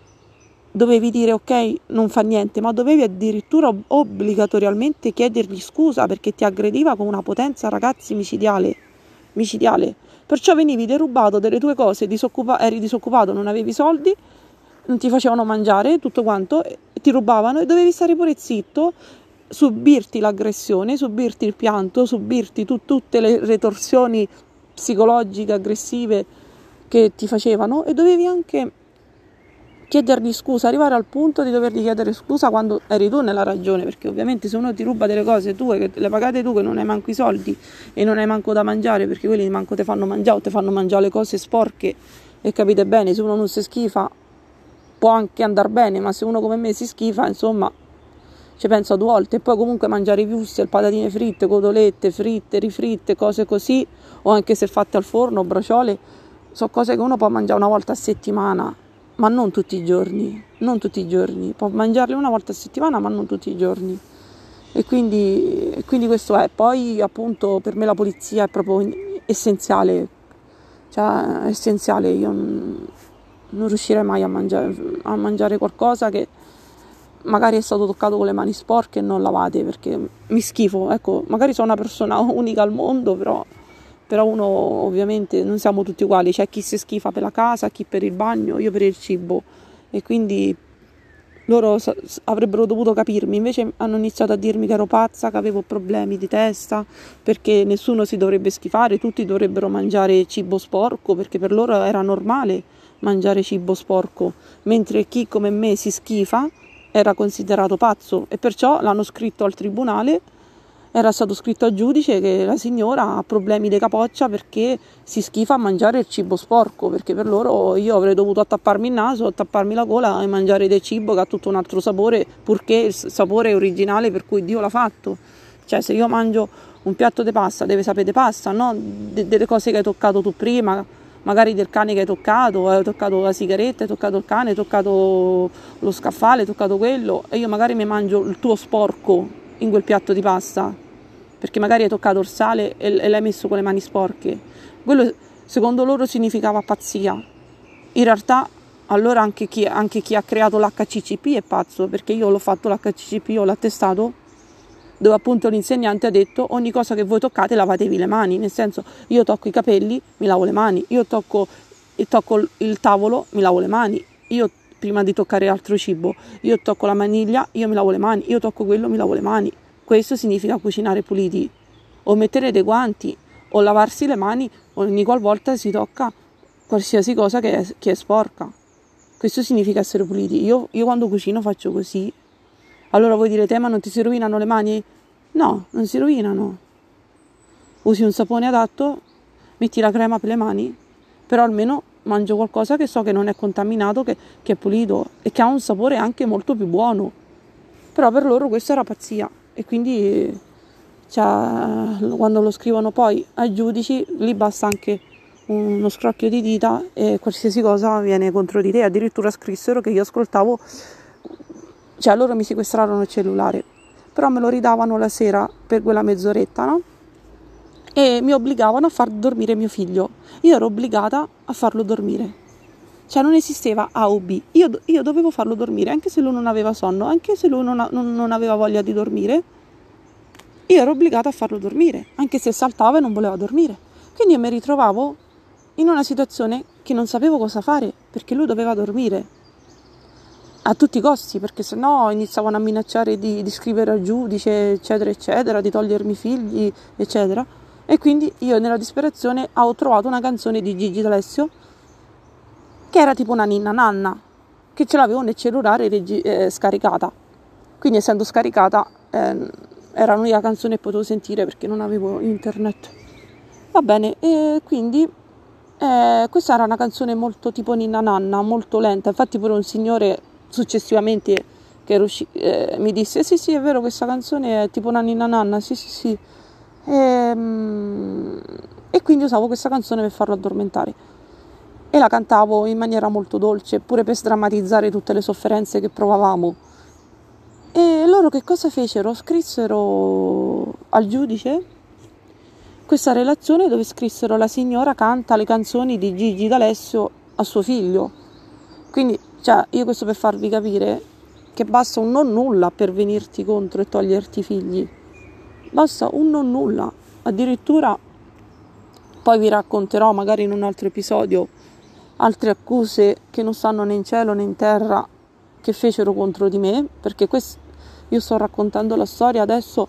dovevi dire ok, non fa niente, ma dovevi addirittura obbligatoriamente chiedergli scusa, perché ti aggrediva con una potenza, ragazzi, micidiale, micidiale. Perciò venivi derubato delle tue cose, disoccupa- eri disoccupato, non avevi soldi, non ti facevano mangiare, tutto quanto, ti rubavano e dovevi stare pure zitto, subirti l'aggressione, subirti il pianto, subirti tu- tutte le ritorsioni psicologiche, aggressive che ti facevano, e dovevi anche chiedergli scusa, arrivare al punto di dovergli chiedere scusa quando eri tu nella ragione, perché ovviamente se uno ti ruba delle cose tue, che le pagate tu, che non hai manco i soldi e non hai manco da mangiare, perché quelli manco te fanno mangiare o te fanno mangiare le cose sporche, e capite bene, se uno non si schifa può anche andare bene, ma se uno come me si schifa, insomma, ci penso due volte. E poi comunque mangiare i wurstel, patatine fritte, cotolette fritte, rifritte, cose così, o anche se fatte al forno, braciole, sono cose che uno può mangiare una volta a settimana, ma non tutti i giorni, non tutti i giorni, può mangiarli una volta a settimana, ma non tutti i giorni. E quindi, e quindi questo è. Poi appunto per me la pulizia è proprio essenziale, cioè è essenziale. Io non, non riuscirei mai a mangiare, a mangiare qualcosa che magari è stato toccato con le mani sporche e non lavate, perché mi schifo. Ecco, magari sono una persona unica al mondo, però però uno, ovviamente non siamo tutti uguali, c'è chi si schifa per la casa, chi per il bagno, io per il cibo, e quindi loro sa- avrebbero dovuto capirmi, invece hanno iniziato a dirmi che ero pazza, che avevo problemi di testa, perché nessuno si dovrebbe schifare, tutti dovrebbero mangiare cibo sporco, perché per loro era normale mangiare cibo sporco, mentre chi come me si schifa era considerato pazzo, e perciò l'hanno scritto al tribunale. Era stato scritto al giudice che la signora ha problemi di capoccia perché si schifa a mangiare il cibo sporco, perché per loro io avrei dovuto attapparmi il naso, attapparmi la gola e mangiare del cibo che ha tutto un altro sapore, purché il sapore originale per cui Dio l'ha fatto. Cioè, se io mangio un piatto di pasta, deve sapere di pasta, no? De- delle cose che hai toccato tu prima, magari del cane che hai toccato, hai toccato la sigaretta, hai toccato il cane, hai toccato lo scaffale, hai toccato quello, e io magari mi mangio il tuo sporco in quel piatto di pasta, perché magari hai toccato il sale e, e l'hai messo con le mani sporche. Quello secondo loro significava pazzia. In realtà allora anche chi, anche chi ha creato l'H C C P è pazzo, perché io l'ho fatto l'H C C P, ho l'attestato, dove appunto l'insegnante ha detto ogni cosa che voi toccate lavatevi le mani, nel senso io tocco i capelli, mi lavo le mani, io tocco, tocco il tavolo, mi lavo le mani, io prima di toccare altro cibo, io tocco la maniglia, io mi lavo le mani, io tocco quello, mi lavo le mani. Questo significa cucinare puliti, o mettere dei guanti, o lavarsi le mani ogni qualvolta si tocca qualsiasi cosa che è, che è sporca. Questo significa essere puliti. Io, io quando cucino faccio così. Allora voi direte, ma non ti si rovinano le mani? No, non si rovinano. Usi un sapone adatto, metti la crema per le mani, però almeno mangio qualcosa che so che non è contaminato, che, che è pulito e che ha un sapore anche molto più buono. Però per loro questa era pazzia e quindi cioè, quando lo scrivono poi ai giudici, lì basta anche uno scrocchio di dita e qualsiasi cosa viene contro di te. Addirittura scrissero che io ascoltavo, cioè loro mi sequestrarono il cellulare, però me lo ridavano la sera per quella mezz'oretta, no? E mi obbligavano a far dormire mio figlio. Io ero obbligata a farlo dormire. Cioè non esisteva A o B. Io, io dovevo farlo dormire, anche se lui non aveva sonno, anche se lui non, a, non, non aveva voglia di dormire. Io ero obbligata a farlo dormire, anche se saltava e non voleva dormire. Quindi io mi ritrovavo in una situazione che non sapevo cosa fare, perché lui doveva dormire. A tutti i costi, perché sennò iniziavano a minacciare di, di scrivere al giudice, eccetera, eccetera, di togliermi i figli, eccetera. E quindi io nella disperazione ho trovato una canzone di Gigi D'Alessio che era tipo una ninna nanna, che ce l'avevo nel cellulare regi- eh, scaricata. Quindi essendo scaricata eh, era l'unica canzone che potevo sentire perché non avevo internet. Va bene, e quindi eh, questa era una canzone molto tipo ninna nanna, molto lenta. Infatti pure un signore successivamente che era usci- eh, mi disse sì sì è vero, questa canzone è tipo una ninna nanna, sì sì sì. E, e quindi usavo questa canzone per farlo addormentare e la cantavo in maniera molto dolce, pure per sdrammatizzare tutte le sofferenze che provavamo. E loro che cosa fecero? Scrissero al giudice questa relazione dove scrissero la signora canta le canzoni di Gigi D'Alessio a suo figlio. Quindi cioè, io questo per farvi capire che basta un non nulla per venirti contro e toglierti i figli. Basta un non nulla. Addirittura poi vi racconterò magari in un altro episodio altre accuse che non stanno né in cielo né in terra che fecero contro di me, perché questo, io sto raccontando la storia adesso,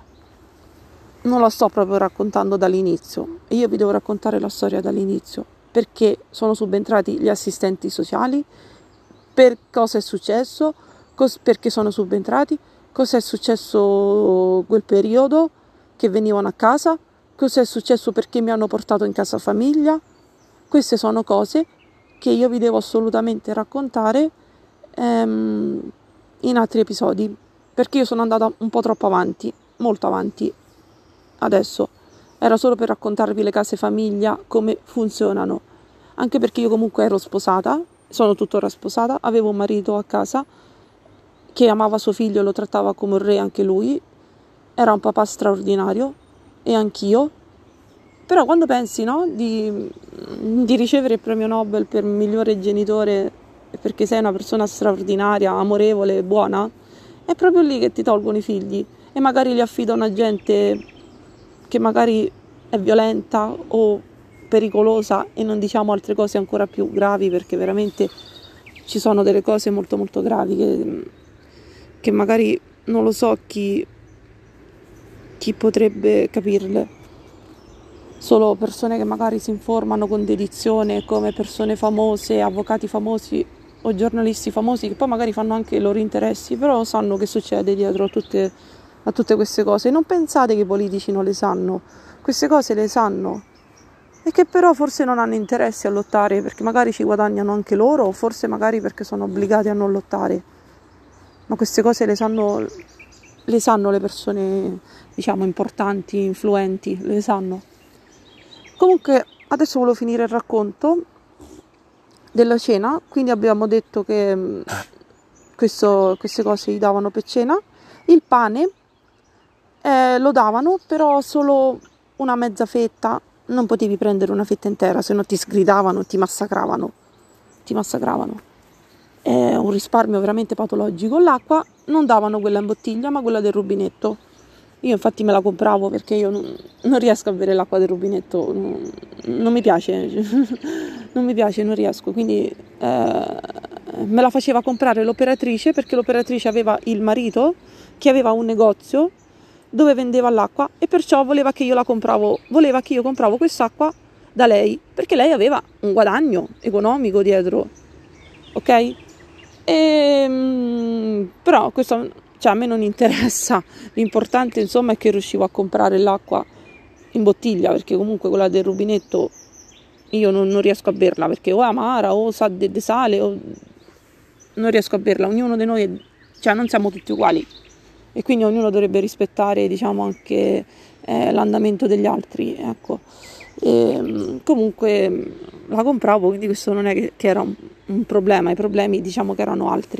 non la sto proprio raccontando dall'inizio, e io vi devo raccontare la storia dall'inizio, perché sono subentrati gli assistenti sociali, per cosa è successo, cos- perché sono subentrati, cosa è successo quel periodo che venivano a casa, cosa è successo perché mi hanno portato in casa famiglia. Queste sono cose che io vi devo assolutamente raccontare ehm, in altri episodi, perché io sono andata un po' troppo avanti, molto avanti. Adesso era solo per raccontarvi le case famiglia, come funzionano, anche perché io comunque ero sposata, sono tuttora sposata, avevo un marito a casa che amava suo figlio e lo trattava come un re anche lui, era un papà straordinario e anch'io. Però quando pensi, no, di, di ricevere il premio Nobel per migliore genitore perché sei una persona straordinaria, amorevole, buona, è proprio lì che ti tolgono i figli e magari li affida a una gente che magari è violenta o pericolosa, e non diciamo altre cose ancora più gravi, perché veramente ci sono delle cose molto molto gravi che, che magari non lo so chi, chi potrebbe capirle. Solo persone che magari si informano con dedizione, come persone famose, avvocati famosi o giornalisti famosi, che poi magari fanno anche i loro interessi, però sanno che succede dietro a tutte, a tutte queste cose. Non pensate che i politici non le sanno, queste cose le sanno, e che però forse non hanno interesse a lottare, perché magari ci guadagnano anche loro, o forse magari perché sono obbligati a non lottare. Ma queste cose le sanno, le sanno le persone, diciamo, importanti, influenti, le sanno. Comunque adesso volevo finire il racconto della cena, quindi abbiamo detto che mh, questo, queste cose gli davano per cena. Il pane eh, lo davano, però solo una mezza fetta, non potevi prendere una fetta intera, se no ti sgridavano, ti massacravano. ti massacravano. È un risparmio veramente patologico. L'acqua non davano quella in bottiglia, ma quella del rubinetto. Io infatti me la compravo perché io non, non riesco a bere l'acqua del rubinetto, non, non mi piace, non mi piace, non riesco, quindi eh, me la faceva comprare l'operatrice, perché l'operatrice aveva il marito che aveva un negozio dove vendeva l'acqua e perciò voleva che io la compravo, voleva che io compravo quest'acqua da lei, perché lei aveva un guadagno economico dietro, ok? E, però questo, cioè, a me non interessa, l'importante insomma è che riuscivo a comprare l'acqua in bottiglia, perché comunque quella del rubinetto io non, non riesco a berla, perché o è amara o sa di sale, o non riesco a berla. Ognuno di noi è, cioè non siamo tutti uguali e quindi ognuno dovrebbe rispettare, diciamo, anche eh, l'andamento degli altri, ecco. E, comunque la compravo, quindi questo non è che, che era un, un problema, i problemi diciamo che erano altri.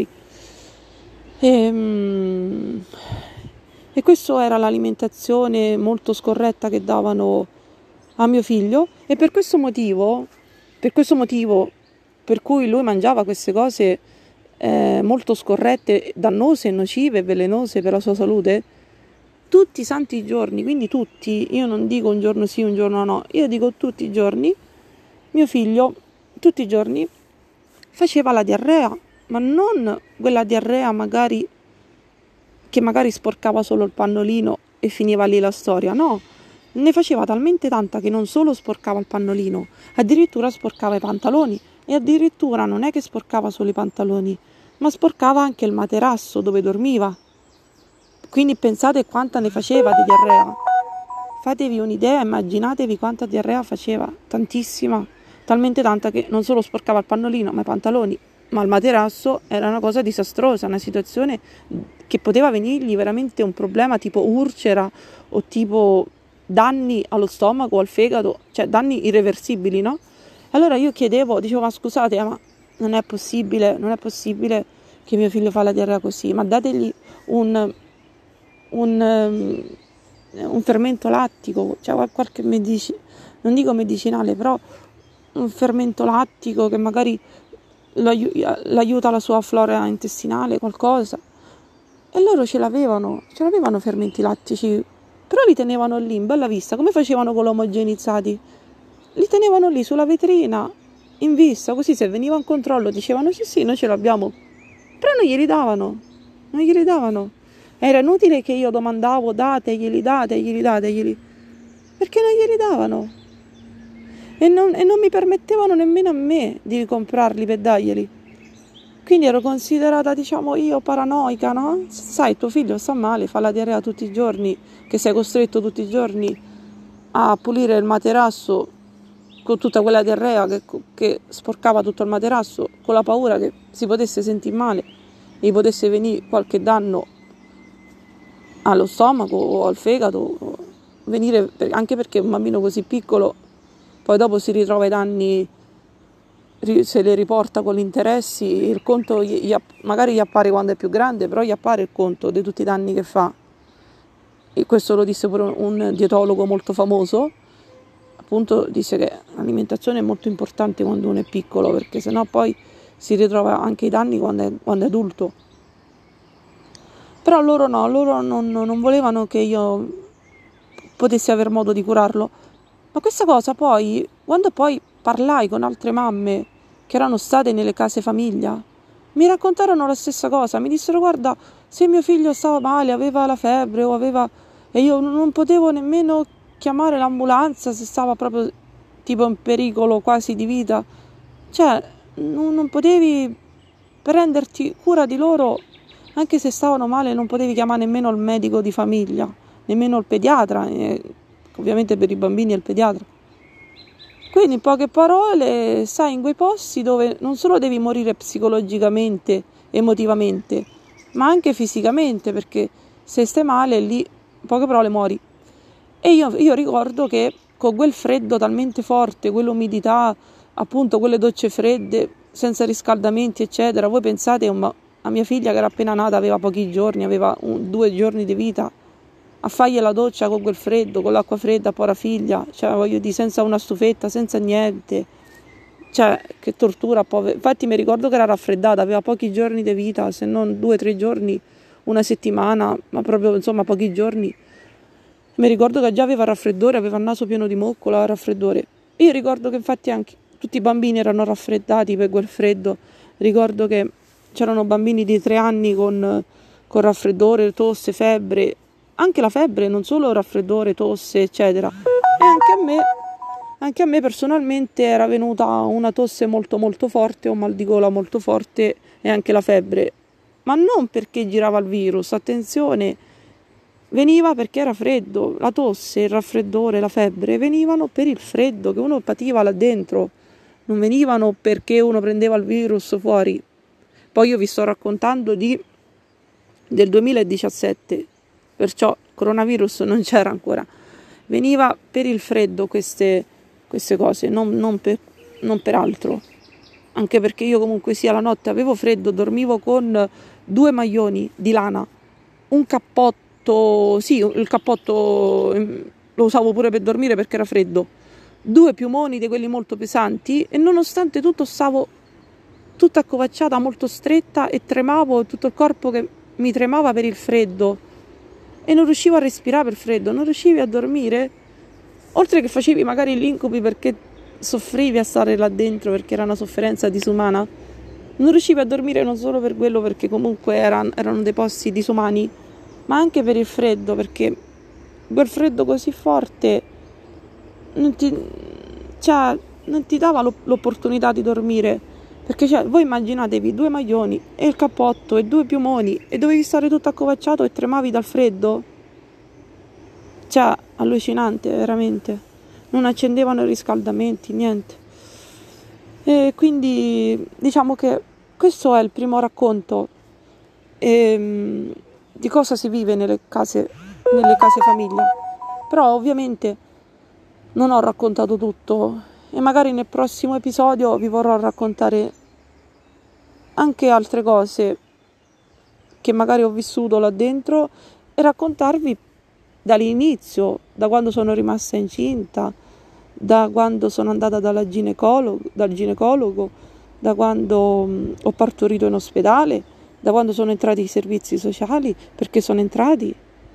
E, e questo era l'alimentazione molto scorretta che davano a mio figlio, e per questo motivo, per questo motivo per cui lui mangiava queste cose eh, molto scorrette, dannose, nocive, velenose per la sua salute, tutti i santi giorni, quindi tutti, io non dico un giorno sì, un giorno no, io dico tutti i giorni, mio figlio tutti i giorni faceva la diarrea, ma non quella diarrea magari che magari sporcava solo il pannolino e finiva lì la storia, no, ne faceva talmente tanta che non solo sporcava il pannolino, addirittura sporcava i pantaloni, e addirittura non è che sporcava solo i pantaloni, ma sporcava anche il materasso dove dormiva. Quindi pensate quanta ne faceva di diarrea. Fatevi un'idea, immaginatevi quanta diarrea faceva, tantissima, talmente tanta che non solo sporcava il pannolino, ma i pantaloni, ma il materasso. Era una cosa disastrosa, una situazione che poteva venirgli veramente un problema tipo ulcera o tipo danni allo stomaco, al fegato, cioè danni irreversibili, no? Allora io chiedevo, dicevo, ma scusate, ma non è possibile, non è possibile che mio figlio fa la diarrea così, ma dategli un... Un, um, un fermento lattico, cioè qualche medici, non dico medicinale, però un fermento lattico che magari l'aiuta la sua flora intestinale, qualcosa. E loro ce l'avevano, ce l'avevano fermenti lattici, però li tenevano lì in bella vista. Come facevano con l'omogenizzati? Li tenevano lì sulla vetrina in vista, così se veniva un controllo dicevano sì sì noi ce l'abbiamo, però non glieli davano, non glieli davano. Era inutile che io domandavo dateglieli, dateglieli, dateglieli, perché non glieli davano e non, e non mi permettevano nemmeno a me di comprarli per darglieli. Quindi ero considerata, diciamo, io paranoica, no? Sai, tuo figlio sta male, fa la diarrea tutti i giorni, che sei costretto tutti i giorni a pulire il materasso con tutta quella diarrea che, che sporcava tutto il materasso, con la paura che si potesse sentire male e gli potesse venire qualche danno allo stomaco o al fegato, venire, anche perché un bambino così piccolo poi dopo si ritrova i danni, se li riporta con gli interessi, il conto gli, magari gli appare quando è più grande, però gli appare il conto di tutti i danni che fa. E questo lo disse pure un dietologo molto famoso, appunto disse che l'alimentazione è molto importante quando uno è piccolo, perché sennò poi si ritrova anche i danni quando è, quando è adulto. Però loro no, loro non, non volevano che io potessi aver modo di curarlo. Ma questa cosa poi, quando poi parlai con altre mamme che erano state nelle case famiglia, mi raccontarono la stessa cosa. Mi dissero, guarda, se mio figlio stava male, aveva la febbre o aveva... e io non potevo nemmeno chiamare l'ambulanza se stava proprio tipo in pericolo quasi di vita. Cioè, non, non potevi prenderti cura di loro. Anche se stavano male non potevi chiamare nemmeno il medico di famiglia, nemmeno il pediatra, eh, ovviamente per i bambini è il pediatra. Quindi in poche parole stai in quei posti dove non solo devi morire psicologicamente, emotivamente, ma anche fisicamente, perché se stai male lì, in poche parole muori. E io, io ricordo che con quel freddo talmente forte, quell'umidità, appunto quelle docce fredde, senza riscaldamenti eccetera, voi pensate un a mia figlia che era appena nata, aveva pochi giorni, aveva un, due giorni di vita, a fargli la doccia con quel freddo, con l'acqua fredda, poi la figlia, cioè voglio dire, senza una stufetta, senza niente, cioè che tortura, pover... infatti mi ricordo che era raffreddata, aveva pochi giorni di vita, se non due o tre giorni, una settimana, ma proprio insomma pochi giorni. Mi ricordo che già aveva raffreddore, aveva il naso pieno di moccola, raffreddore. Io ricordo che infatti anche tutti i bambini erano raffreddati per quel freddo. Ricordo che c'erano bambini di tre anni con, con raffreddore, tosse, febbre, anche la febbre, non solo raffreddore, tosse, eccetera. E anche a me, anche a me personalmente era venuta una tosse molto molto forte, un mal di gola molto forte e anche la febbre. Ma non perché girava il virus, attenzione, veniva perché era freddo. La tosse, il raffreddore, la febbre venivano per il freddo che uno pativa là dentro, non venivano perché uno prendeva il virus fuori. Poi io vi sto raccontando di, del duemiladiciassette, perciò il coronavirus non c'era ancora. Veniva per il freddo queste, queste cose, non, non, per, non per altro. Anche perché io comunque sia la notte avevo freddo, dormivo con due maglioni di lana, un cappotto, sì, il cappotto lo usavo pure per dormire perché era freddo, due piumoni di quelli molto pesanti e nonostante tutto stavo tutta accovacciata, molto stretta e tremavo, tutto il corpo che mi tremava per il freddo e non riuscivo a respirare per freddo, non riuscivi a dormire, oltre che facevi magari gli incubi perché soffrivi a stare là dentro perché era una sofferenza disumana, non riuscivi a dormire non solo per quello perché comunque erano, erano dei posti disumani, ma anche per il freddo, perché quel freddo così forte non ti, cioè, non ti dava l'opportunità di dormire, perché cioè, voi immaginatevi due maglioni e il cappotto e due piumoni e dovevi stare tutto accovacciato e tremavi dal freddo, cioè allucinante veramente, non accendevano i riscaldamenti, niente. E quindi diciamo che questo è il primo racconto ehm, di cosa si vive nelle case, nelle case famiglia. Però ovviamente non ho raccontato tutto e magari nel prossimo episodio vi vorrò raccontare anche altre cose che magari ho vissuto là dentro e raccontarvi dall'inizio, da quando sono rimasta incinta, da quando sono andata dalla ginecologo, dal ginecologo, da quando mh, ho partorito in ospedale, da quando sono entrati i servizi sociali, perché sono entrati,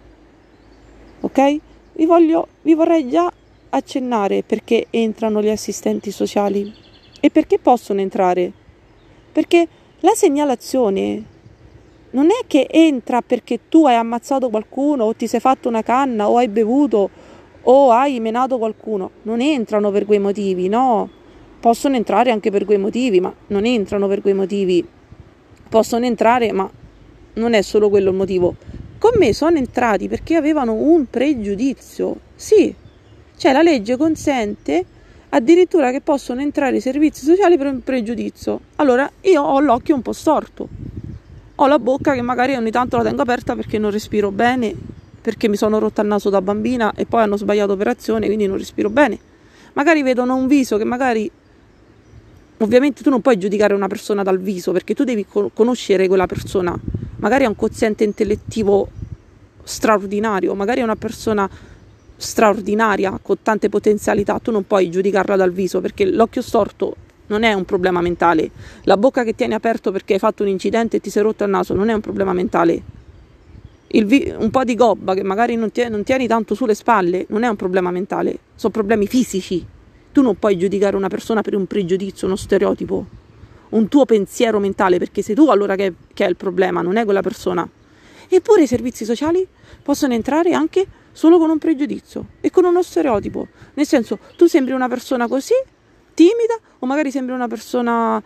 ok? Vi voglio, vi vorrei già accennare perché entrano gli assistenti sociali e perché possono entrare, perché la segnalazione non è che entra perché tu hai ammazzato qualcuno o ti sei fatto una canna o hai bevuto o hai menato qualcuno, non entrano per quei motivi, no, possono entrare anche per quei motivi, ma non entrano per quei motivi, possono entrare ma non è solo quello il motivo. Con me sono entrati perché avevano un pregiudizio, sì, cioè la legge consente addirittura che possono entrare i servizi sociali per un pregiudizio. Allora io ho l'occhio un po' storto, ho la bocca che magari ogni tanto la tengo aperta perché non respiro bene, perché mi sono rotta il naso da bambina e poi hanno sbagliato operazione, quindi non respiro bene. Magari vedono un viso che magari, ovviamente tu non puoi giudicare una persona dal viso perché tu devi conoscere quella persona, magari ha un quoziente intellettivo straordinario, magari è una persona straordinaria con tante potenzialità, tu non puoi giudicarla dal viso perché l'occhio storto non è un problema mentale, la bocca che tieni aperto perché hai fatto un incidente e ti sei rotto il naso non è un problema mentale, il vi- un po' di gobba che magari non tieni, non tieni tanto sulle spalle non è un problema mentale, sono problemi fisici. Tu non puoi giudicare una persona per un pregiudizio, uno stereotipo, un tuo pensiero mentale, perché sei tu allora che, che è il problema, non è quella persona. Eppure i servizi sociali possono entrare anche solo con un pregiudizio e con uno stereotipo, nel senso tu sembri una persona così timida o magari sembri una persona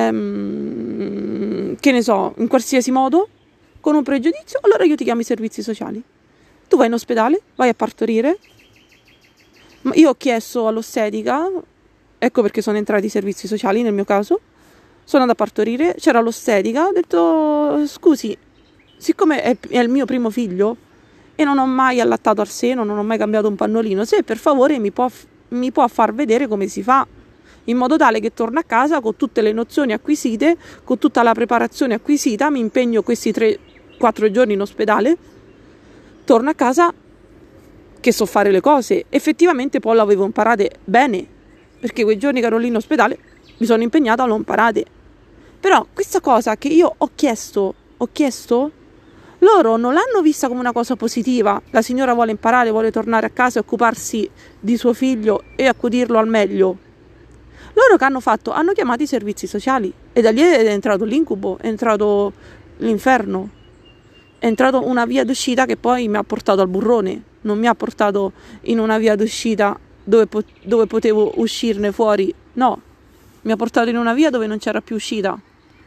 ehm, che ne so, in qualsiasi modo con un pregiudizio, allora io ti chiamo i servizi sociali, tu vai in ospedale, vai a partorire. Ma io ho chiesto all'ostetica, ecco perché sono entrati i servizi sociali nel mio caso, sono andata a partorire, c'era l'ostetica, ho detto scusi, siccome è, è il mio primo figlio e non ho mai allattato al seno, non ho mai cambiato un pannolino, se per favore mi può, mi può far vedere come si fa, in modo tale che torno a casa con tutte le nozioni acquisite, con tutta la preparazione acquisita, mi impegno questi tre quattro giorni in ospedale, torno a casa che so fare le cose. Effettivamente poi l'avevo imparate bene, perché quei giorni che ero lì in ospedale mi sono impegnata, l'ho imparate. Però questa cosa che io ho chiesto, ho chiesto, loro non l'hanno vista come una cosa positiva. La signora vuole imparare, vuole tornare a casa e occuparsi di suo figlio e accudirlo al meglio. Loro che hanno fatto? Hanno chiamato i servizi sociali e da lì è entrato l'incubo, è entrato l'inferno, è entrato una via d'uscita che poi mi ha portato al burrone, non mi ha portato in una via d'uscita dove, po- dove potevo uscirne fuori, no, mi ha portato in una via dove non c'era più uscita.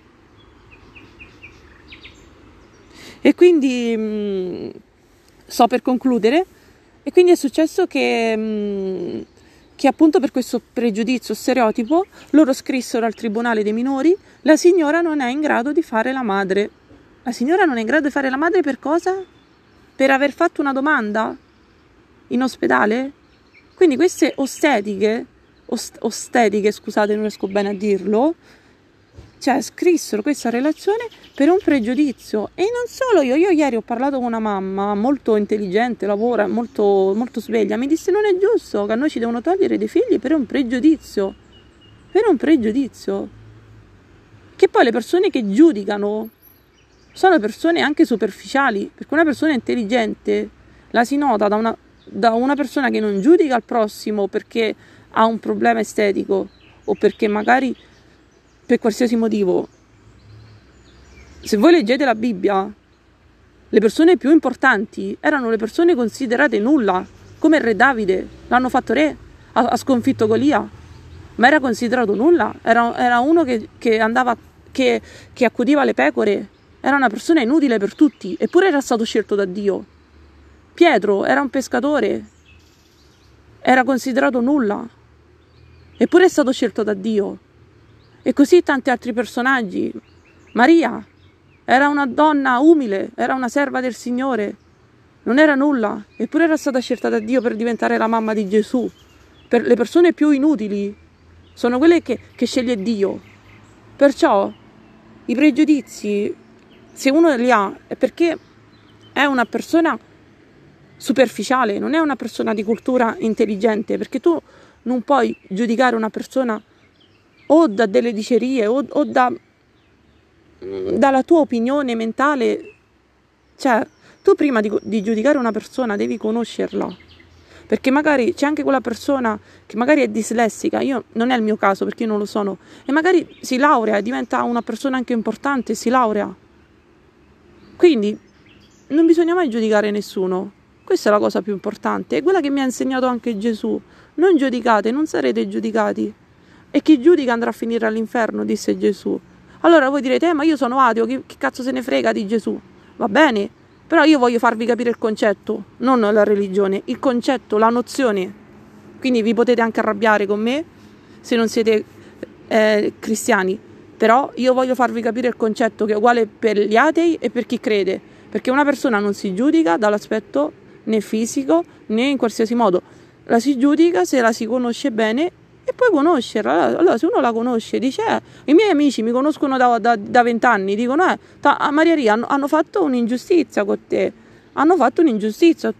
E quindi mh, sto per concludere, e quindi è successo che, mh, che appunto per questo pregiudizio, stereotipo, loro scrissero al tribunale dei minori: la signora non è in grado di fare la madre. La signora non è in grado di fare la madre per cosa? Per aver fatto una domanda in ospedale? Quindi queste ostetiche, ost- ostetiche, scusate, non riesco bene a dirlo, cioè scrissero questa relazione per un pregiudizio. E non solo io, io ieri ho parlato con una mamma molto intelligente, lavora, molto, molto sveglia, mi disse: non è giusto che a noi ci devono togliere dei figli per un pregiudizio, per un pregiudizio. Che poi le persone che giudicano sono persone anche superficiali, perché una persona intelligente la si nota da una, da una persona che non giudica il prossimo perché ha un problema estetico o perché magari per qualsiasi motivo. Se voi leggete la Bibbia, le persone più importanti erano le persone considerate nulla, come il re Davide. L'hanno fatto re, ha, ha sconfitto Golia, ma era considerato nulla. Era, era uno che, che andava, che, che accudiva le pecore. Era una persona inutile per tutti, eppure era stato scelto da Dio. Pietro era un pescatore, era considerato nulla, eppure è stato scelto da Dio. E così tanti altri personaggi. Maria era una donna umile, era una serva del Signore, non era nulla, eppure era stata scelta da Dio per diventare la mamma di Gesù. Per le persone più inutili sono quelle che, che sceglie Dio. Perciò i pregiudizi, se uno li ha, è perché è una persona superficiale, non è una persona di cultura intelligente, perché tu non puoi giudicare una persona o da delle dicerie o, o da, dalla tua opinione mentale. Cioè, tu prima di, di giudicare una persona devi conoscerla, perché magari c'è anche quella persona che magari è dislessica. Io non è il mio caso perché io non lo sono, e magari si laurea e diventa una persona anche importante, si laurea. Quindi non bisogna mai giudicare nessuno, questa è la cosa più importante, è quella che mi ha insegnato anche Gesù: non giudicate, non sarete giudicati, e chi giudica andrà a finire all'inferno, disse Gesù. Allora voi direte: eh, ma io sono ateo, chi, chi cazzo se ne frega di Gesù? Va bene, però io voglio farvi capire il concetto, non la religione, il concetto, la nozione. Quindi vi potete anche arrabbiare con me se non siete eh, cristiani, però io voglio farvi capire il concetto, che è uguale per gli atei e per chi crede, perché una persona non si giudica dall'aspetto né fisico né in qualsiasi modo, la si giudica se la si conosce bene e poi conoscerla. Allora se uno la conosce, dice eh, i miei amici mi conoscono da vent'anni, dicono eh, ta, Maria Ria, hanno, hanno fatto un'ingiustizia con te, hanno fatto un'ingiustizia,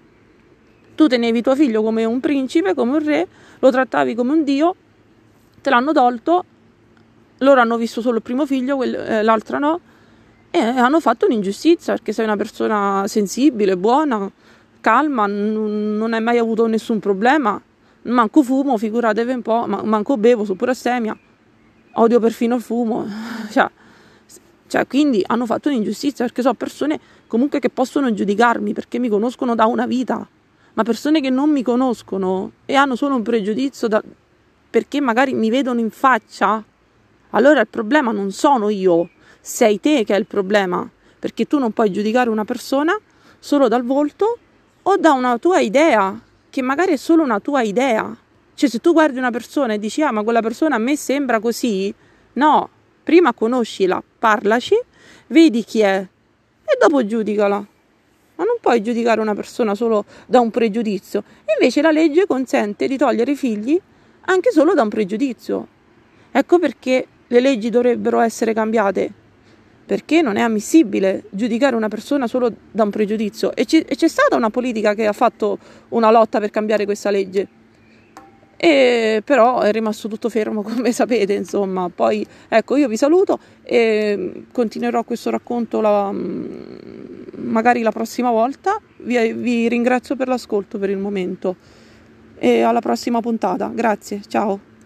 tu tenevi tuo figlio come un principe, come un re, lo trattavi come un dio, te l'hanno tolto, loro hanno visto solo il primo figlio, quel, eh, l'altra no, e hanno fatto un'ingiustizia perché sei una persona sensibile, buona, calma, n- non hai mai avuto nessun problema, manco fumo, figuratevi un po', ma- manco bevo, sono pure astemia, odio perfino il fumo, cioè, cioè quindi hanno fatto un'ingiustizia perché sono persone comunque che possono giudicarmi perché mi conoscono da una vita, ma persone che non mi conoscono e hanno solo un pregiudizio da, perché magari mi vedono in faccia, allora il problema non sono io, sei te che è il problema, perché tu non puoi giudicare una persona solo dal volto o da una tua idea, che magari è solo una tua idea. Cioè se tu guardi una persona e dici ah ma quella persona a me sembra così, no, prima conoscila, parlaci, vedi chi è e dopo giudicala. Ma non puoi giudicare una persona solo da un pregiudizio. Invece la legge consente di togliere i figli anche solo da un pregiudizio. Ecco perché le leggi dovrebbero essere cambiate, perché non è ammissibile giudicare una persona solo da un pregiudizio. E, c- e c'è stata una politica che ha fatto una lotta per cambiare questa legge. e però è rimasto tutto fermo come sapete, insomma. Poi ecco, io vi saluto e continuerò questo racconto la, magari la prossima volta. Vi, vi ringrazio per l'ascolto per il momento e alla prossima puntata. Grazie, ciao.